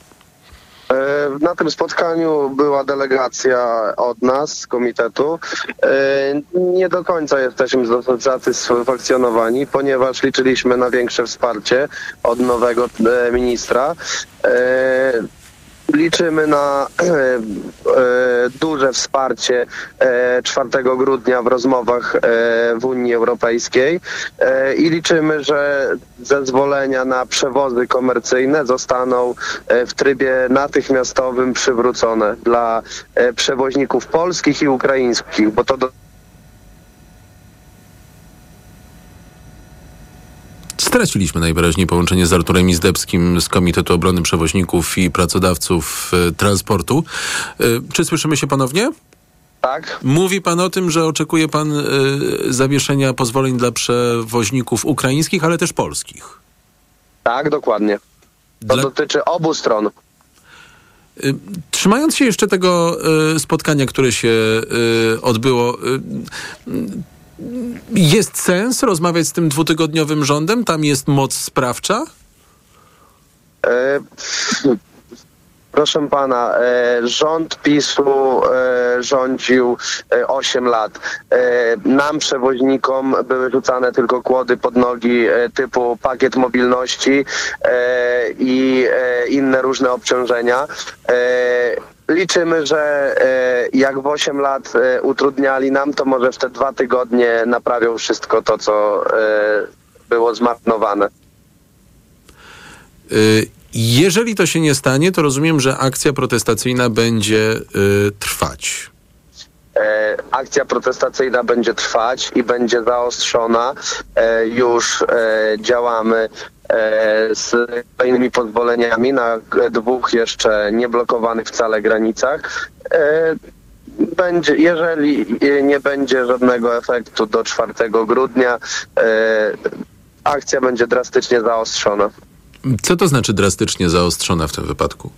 Na tym spotkaniu była delegacja od nas, z komitetu. Nie do końca jesteśmy zasatysfakcjonowani, ponieważ liczyliśmy na większe wsparcie od nowego ministra. Liczymy na duże wsparcie 4 grudnia w rozmowach w Unii Europejskiej i liczymy, że zezwolenia na przewozy komercyjne zostaną w trybie natychmiastowym przywrócone dla przewoźników polskich i ukraińskich, bo to Straciliśmy najwyraźniej połączenie z Arturem Izdebskim z Komitetu Obrony Przewoźników i Pracodawców Transportu. Czy słyszymy się ponownie? Tak. Mówi pan o tym, że oczekuje pan zawieszenia pozwoleń dla przewoźników ukraińskich, ale też polskich. Tak, dokładnie. To dotyczy obu stron. Trzymając się jeszcze tego spotkania, które się odbyło, jest sens rozmawiać z tym dwutygodniowym rządem? Tam jest moc sprawcza? Proszę pana, rząd PiS-u rządził 8 lat. Nam, przewoźnikom, były rzucane tylko kłody pod nogi typu pakiet mobilności i inne różne obciążenia. Liczymy, że jak w 8 lat utrudniali nam, to może w te 2 tygodnie naprawią wszystko to, co było zmarnowane. Jeżeli to się nie stanie, to rozumiem, że akcja protestacyjna będzie trwać. Akcja protestacyjna będzie trwać i będzie zaostrzona. Już działamy z kolejnymi pozwoleniami na 2 jeszcze nieblokowanych wcale granicach. Jeżeli nie będzie żadnego efektu do 4 grudnia, akcja będzie drastycznie zaostrzona. Co to znaczy drastycznie zaostrzona w tym wypadku?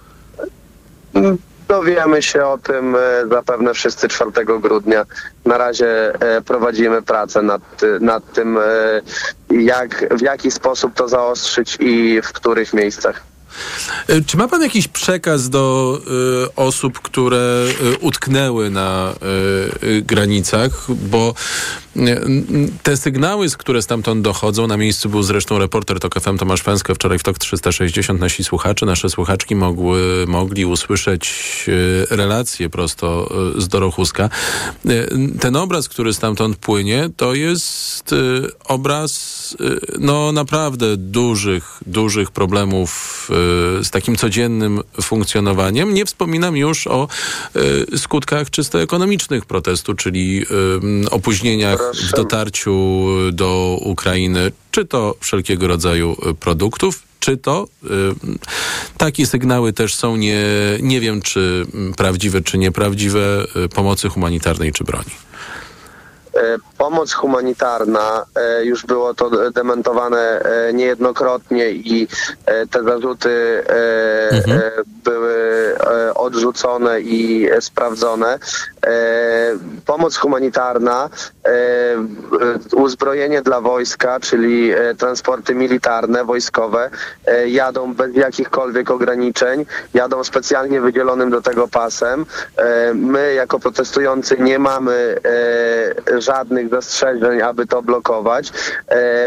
Dowiemy się o tym zapewne wszyscy 4 grudnia. Na razie prowadzimy pracę nad tym, w jaki sposób to zaostrzyć i w których miejscach. Czy ma pan jakiś przekaz do osób, które utknęły na granicach? Bo te sygnały, które stamtąd dochodzą, na miejscu był zresztą reporter TOK FM Tomasz Fęska, wczoraj w TOK 360 nasi słuchacze, nasze słuchaczki mogli usłyszeć relacje prosto z Dorochuska. Ten obraz, który stamtąd płynie, to jest obraz naprawdę dużych problemów z takim codziennym funkcjonowaniem. Nie wspominam już o skutkach czysto ekonomicznych protestu, czyli opóźnieniach w dotarciu do Ukrainy, czy to wszelkiego rodzaju produktów, czy to takie sygnały też są, nie wiem czy prawdziwe, czy nieprawdziwe, pomocy humanitarnej czy broni. Pomoc humanitarna, już było to dementowane niejednokrotnie i te zarzuty były odrzucone i sprawdzone. Pomoc humanitarna, uzbrojenie dla wojska, czyli transporty militarne, wojskowe, jadą bez jakichkolwiek ograniczeń, jadą specjalnie wydzielonym do tego pasem. My jako protestujący nie mamy żadnych zastrzeżeń, aby to blokować.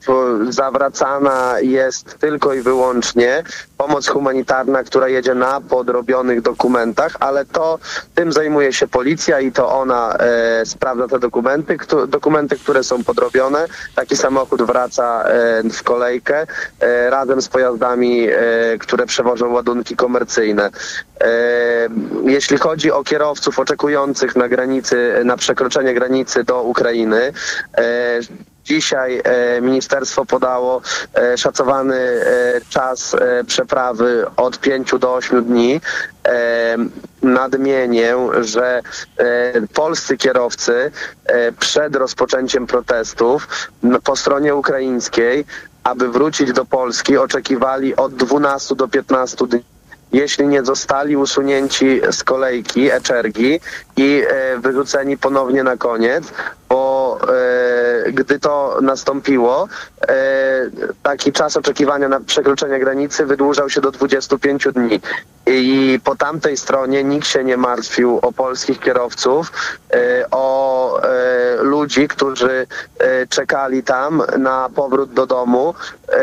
zawracana jest tylko i wyłącznie pomoc humanitarna, która jedzie na podrobionych dokumentach, ale tym zajmuje się policja i to ona sprawdza te dokumenty, które są podrobione. Taki samochód wraca w kolejkę razem z pojazdami, które przewożą ładunki komercyjne. Jeśli chodzi o kierowców oczekujących na przekroczenie granicy do Ukrainy, dzisiaj ministerstwo podało szacowany czas przeprawy od 5 do 8 dni. Nadmienię, że polscy kierowcy przed rozpoczęciem protestów po stronie ukraińskiej, aby wrócić do Polski, oczekiwali od 12 do 15 dni. Jeśli nie zostali usunięci z kolejki Ecsergi i wyrzuceni ponownie na koniec, bo gdy to nastąpiło, taki czas oczekiwania na przekroczenie granicy wydłużał się do 25 dni. I po tamtej stronie nikt się nie martwił o polskich kierowców, o ludzi, którzy czekali tam na powrót do domu.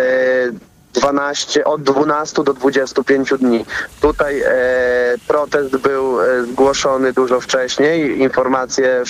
Od 12 do 25 dni. Tutaj protest był zgłoszony dużo wcześniej. Informacje,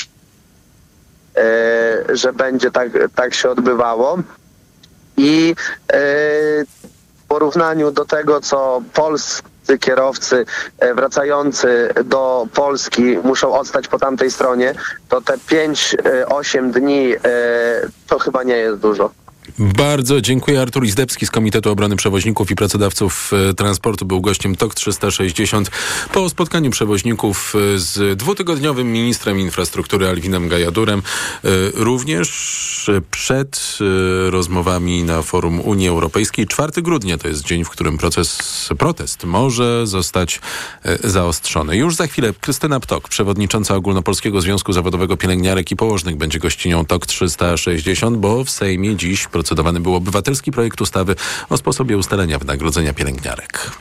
że będzie tak się odbywało. I w porównaniu do tego, co polscy kierowcy wracający do Polski muszą odstać po tamtej stronie, to te 5-8 dni to chyba nie jest dużo. Bardzo dziękuję. Artur Izdebski z Komitetu Obrony Przewoźników i Pracodawców Transportu był gościem TOK 360 po spotkaniu przewoźników z dwutygodniowym ministrem infrastruktury Alwinem Gajadurem. Również przed rozmowami na forum Unii Europejskiej. 4 grudnia to jest dzień, w którym protest może zostać zaostrzony. Już za chwilę Krystyna Ptok, przewodnicząca Ogólnopolskiego Związku Zawodowego Pielęgniarek i Położnych, będzie gościnią TOK 360, bo w Sejmie dziś procedowany był obywatelski projekt ustawy o sposobie ustalenia wynagrodzenia pielęgniarek.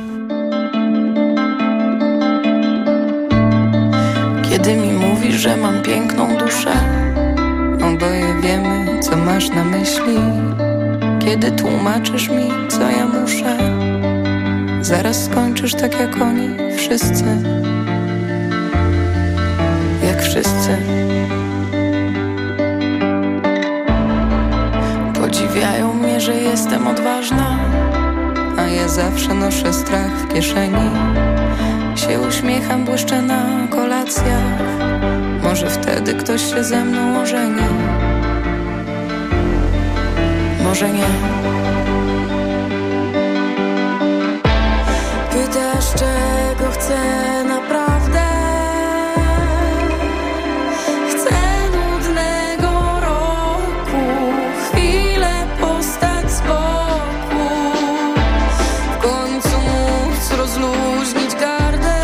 Kiedy mi mówisz, że mam piękną duszę, oboje wiemy, co masz na myśli. Kiedy tłumaczysz mi, co ja muszę, zaraz skończysz tak jak oni wszyscy. Jak wszyscy. Podziwiają mnie, że jestem odważna, a ja zawsze noszę strach w kieszeni. Się uśmiecham, błyszczę na kolacjach, może wtedy ktoś się ze mną ożeni. Może nie. Pytasz, czego chcę naprawdę? Chcę nudnego roku, chwilę postać z boku, w końcu móc rozluźnić gardę,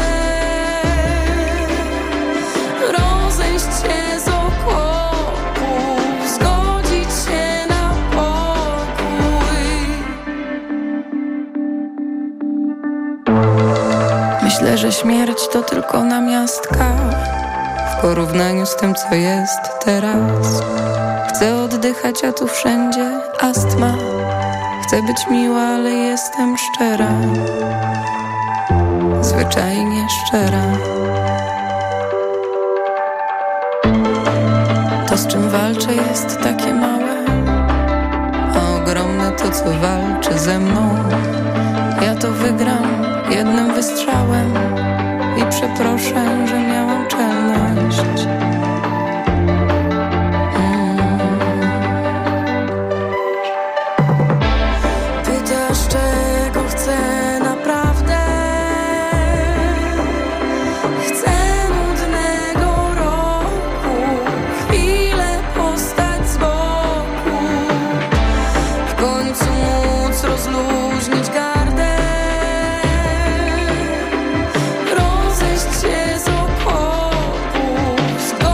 rozejść się z okopów, zgodzić się na pokój. Myślę, że śmierć to tylko namiastka w porównaniu z tym, co jest teraz. Chcę oddychać, a tu wszędzie astma. Chcę być miła, ale jestem szczera, zwyczajnie szczera. To, z czym walczę, jest takie małe, a ogromne to, co walczy ze mną. Ja to wygram jednym wystrzałem i przeproszę, że miałam czelność. Pytasz, czego chcę naprawdę? Chcę nudnego roku, chwilę postać z boku, w końcu móc rozluźnić gardę, rozejść się z okopów,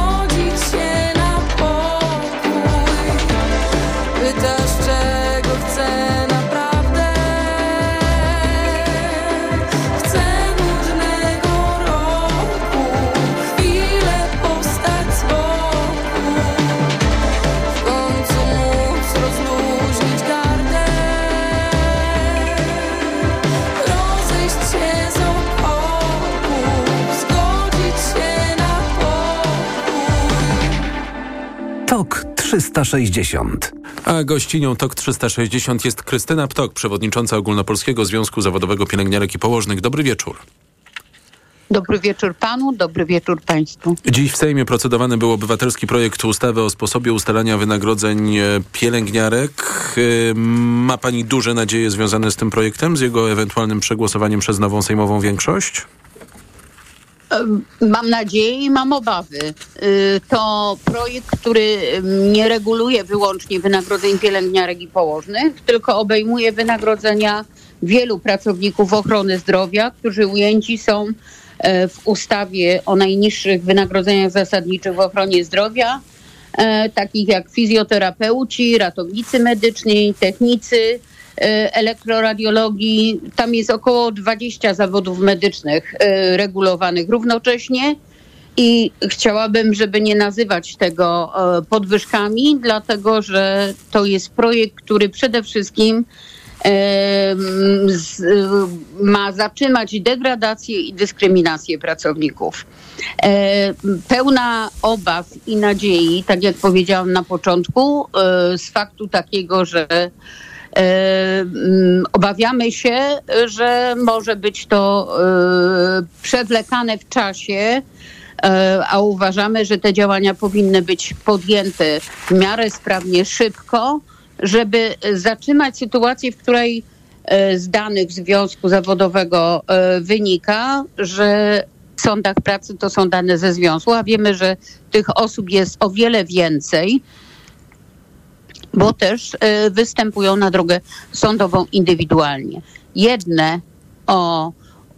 360. A gościnią TOK 360 jest Krystyna Ptok, przewodnicząca Ogólnopolskiego Związku Zawodowego Pielęgniarek i Położnych. Dobry wieczór. Dobry wieczór panu, dobry wieczór państwu. Dziś w Sejmie procedowany był obywatelski projekt ustawy o sposobie ustalania wynagrodzeń pielęgniarek. Ma pani duże nadzieje związane z tym projektem, z jego ewentualnym przegłosowaniem przez nową sejmową większość? Mam nadzieję i mam obawy. To projekt, który nie reguluje wyłącznie wynagrodzeń pielęgniarek i położnych, tylko obejmuje wynagrodzenia wielu pracowników ochrony zdrowia, którzy ujęci są w ustawie o najniższych wynagrodzeniach zasadniczych w ochronie zdrowia, takich jak fizjoterapeuci, ratownicy medyczni, technicy elektroradiologii. Tam jest około 20 zawodów medycznych regulowanych równocześnie i chciałabym, żeby nie nazywać tego podwyżkami, dlatego że to jest projekt, który przede wszystkim ma zatrzymać degradację i dyskryminację pracowników. Pełna obaw i nadziei, tak jak powiedziałam na początku, z faktu takiego, że obawiamy się, że może być to przewlekane w czasie, a uważamy, że te działania powinny być podjęte w miarę sprawnie, szybko, żeby zatrzymać sytuację, w której z danych Związku Zawodowego wynika, że w sądach pracy to są dane ze związku, a wiemy, że tych osób jest o wiele więcej, bo też występują na drogę sądową indywidualnie. Jedne o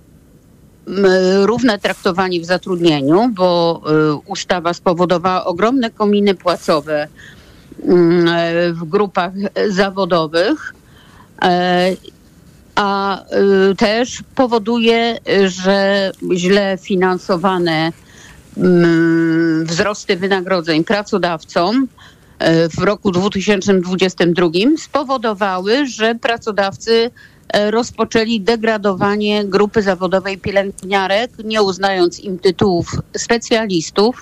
równe traktowanie w zatrudnieniu, bo ustawa spowodowała ogromne kominy płacowe w grupach zawodowych, a też powoduje, że źle finansowane wzrosty wynagrodzeń pracodawcom w roku 2022 spowodowały, że pracodawcy rozpoczęli degradowanie grupy zawodowej pielęgniarek, nie uznając im tytułów specjalistów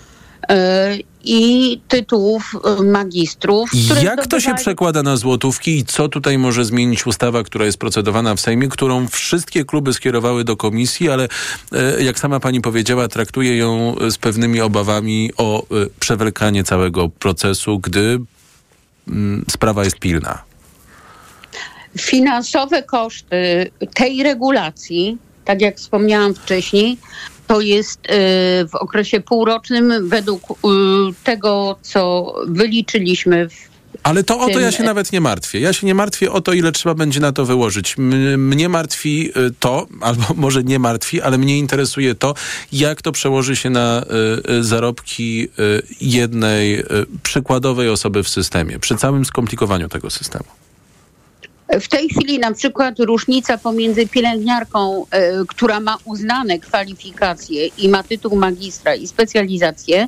i tytułów magistrów. Jak to się przekłada na złotówki i co tutaj może zmienić ustawa, która jest procedowana w Sejmie, którą wszystkie kluby skierowały do komisji, ale jak sama pani powiedziała, traktuje ją z pewnymi obawami o przewlekanie całego procesu, gdy sprawa jest pilna? Finansowe koszty tej regulacji, tak jak wspomniałam wcześniej, to jest w okresie półrocznym według tego, co wyliczyliśmy Ale to o to ja się nawet nie martwię. Ja się nie martwię o to, ile trzeba będzie na to wyłożyć. Mnie martwi to, albo może nie martwi, ale mnie interesuje to, jak to przełoży się na zarobki jednej przykładowej osoby w systemie, przy całym skomplikowaniu tego systemu. W tej chwili na przykład różnica pomiędzy pielęgniarką, która ma uznane kwalifikacje i ma tytuł magistra i specjalizację,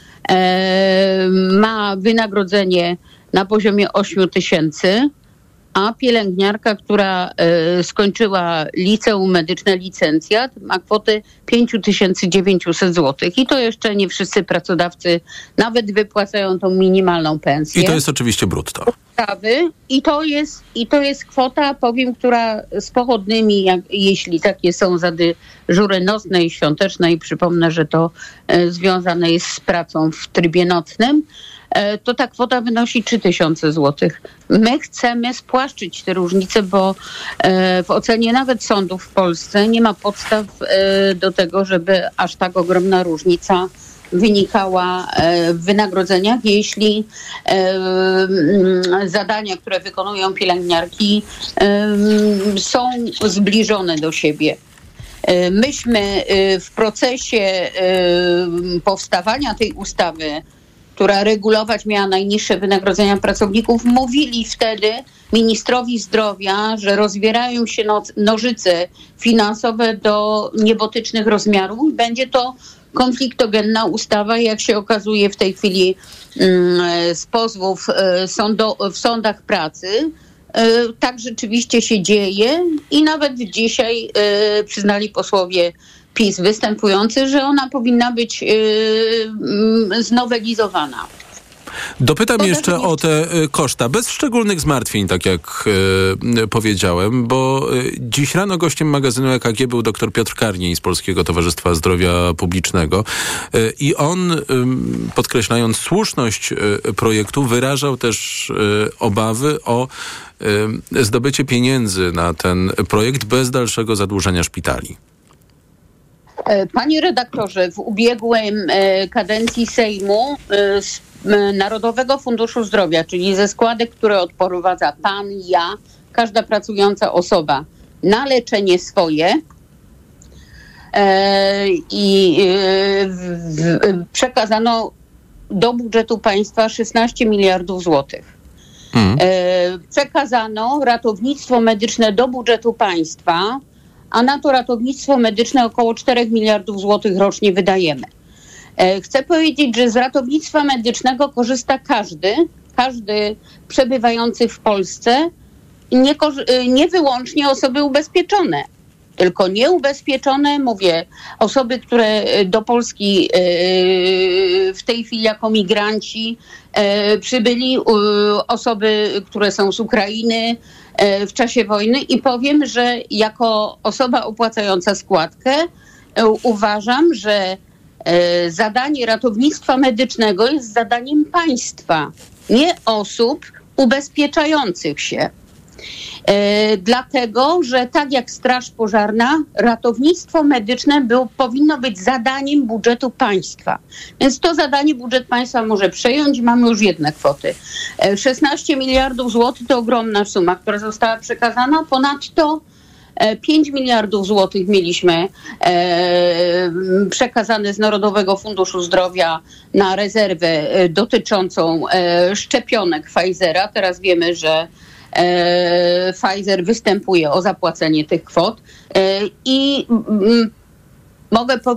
ma wynagrodzenie na poziomie 8 000, a pielęgniarka, która skończyła liceum medyczne, licencjat, ma kwotę 5900 zł. I to jeszcze nie wszyscy pracodawcy nawet wypłacają tą minimalną pensję. I to jest oczywiście brutto. I to jest kwota, powiem, która z pochodnymi, jeśli takie są za dyżury nocne i świąteczne, i przypomnę, że to związane jest z pracą w trybie nocnym, to ta kwota wynosi 3000 zł. My chcemy spłaszczyć te różnice, bo w ocenie nawet sądów w Polsce nie ma podstaw do tego, żeby aż tak ogromna różnica wynikała w wynagrodzeniach, jeśli zadania, które wykonują pielęgniarki, są zbliżone do siebie. Myśmy w procesie powstawania tej ustawy, która regulować miała najniższe wynagrodzenia pracowników, mówili wtedy ministrowi zdrowia, że rozwierają się nożyce finansowe do niebotycznych rozmiarów. Będzie to konfliktogenna ustawa, jak się okazuje w tej chwili z pozwów w sądach pracy. Tak rzeczywiście się dzieje i nawet dzisiaj przyznali posłowie PiS występujący, że ona powinna być znowelizowana. Dopytam jeszcze o te koszta, bez szczególnych zmartwień, tak jak powiedziałem, bo dziś rano gościem magazynu EKG był dr Piotr Karniej z Polskiego Towarzystwa Zdrowia Publicznego i on, podkreślając słuszność projektu, wyrażał też obawy o zdobycie pieniędzy na ten projekt bez dalszego zadłużenia szpitali. Panie redaktorze, w ubiegłym kadencji Sejmu z Narodowego Funduszu Zdrowia, czyli ze składek, które odprowadza pan, ja, każda pracująca osoba na leczenie swoje przekazano do budżetu państwa 16 miliardów złotych. Przekazano ratownictwo medyczne do budżetu państwa, a na to ratownictwo medyczne około 4 miliardów złotych rocznie wydajemy. Chcę powiedzieć, że z ratownictwa medycznego korzysta każdy przebywający w Polsce, nie wyłącznie osoby ubezpieczone, tylko nieubezpieczone, mówię, osoby, które do Polski w tej chwili jako migranci przybyli, osoby, które są z Ukrainy w czasie wojny i powiem, że jako osoba opłacająca składkę uważam, że zadanie ratownictwa medycznego jest zadaniem państwa, nie osób ubezpieczających się. Dlatego, że tak jak Straż Pożarna, ratownictwo medyczne powinno być zadaniem budżetu państwa. Więc to zadanie budżet państwa może przejąć. Mamy już jedne kwoty. 16 miliardów złotych to ogromna suma, która została przekazana. Ponadto 5 miliardów złotych mieliśmy przekazane z Narodowego Funduszu Zdrowia na rezerwę dotyczącą szczepionek Pfizera. Teraz wiemy, że Pfizer występuje o zapłacenie tych kwot i mogę powiedzieć,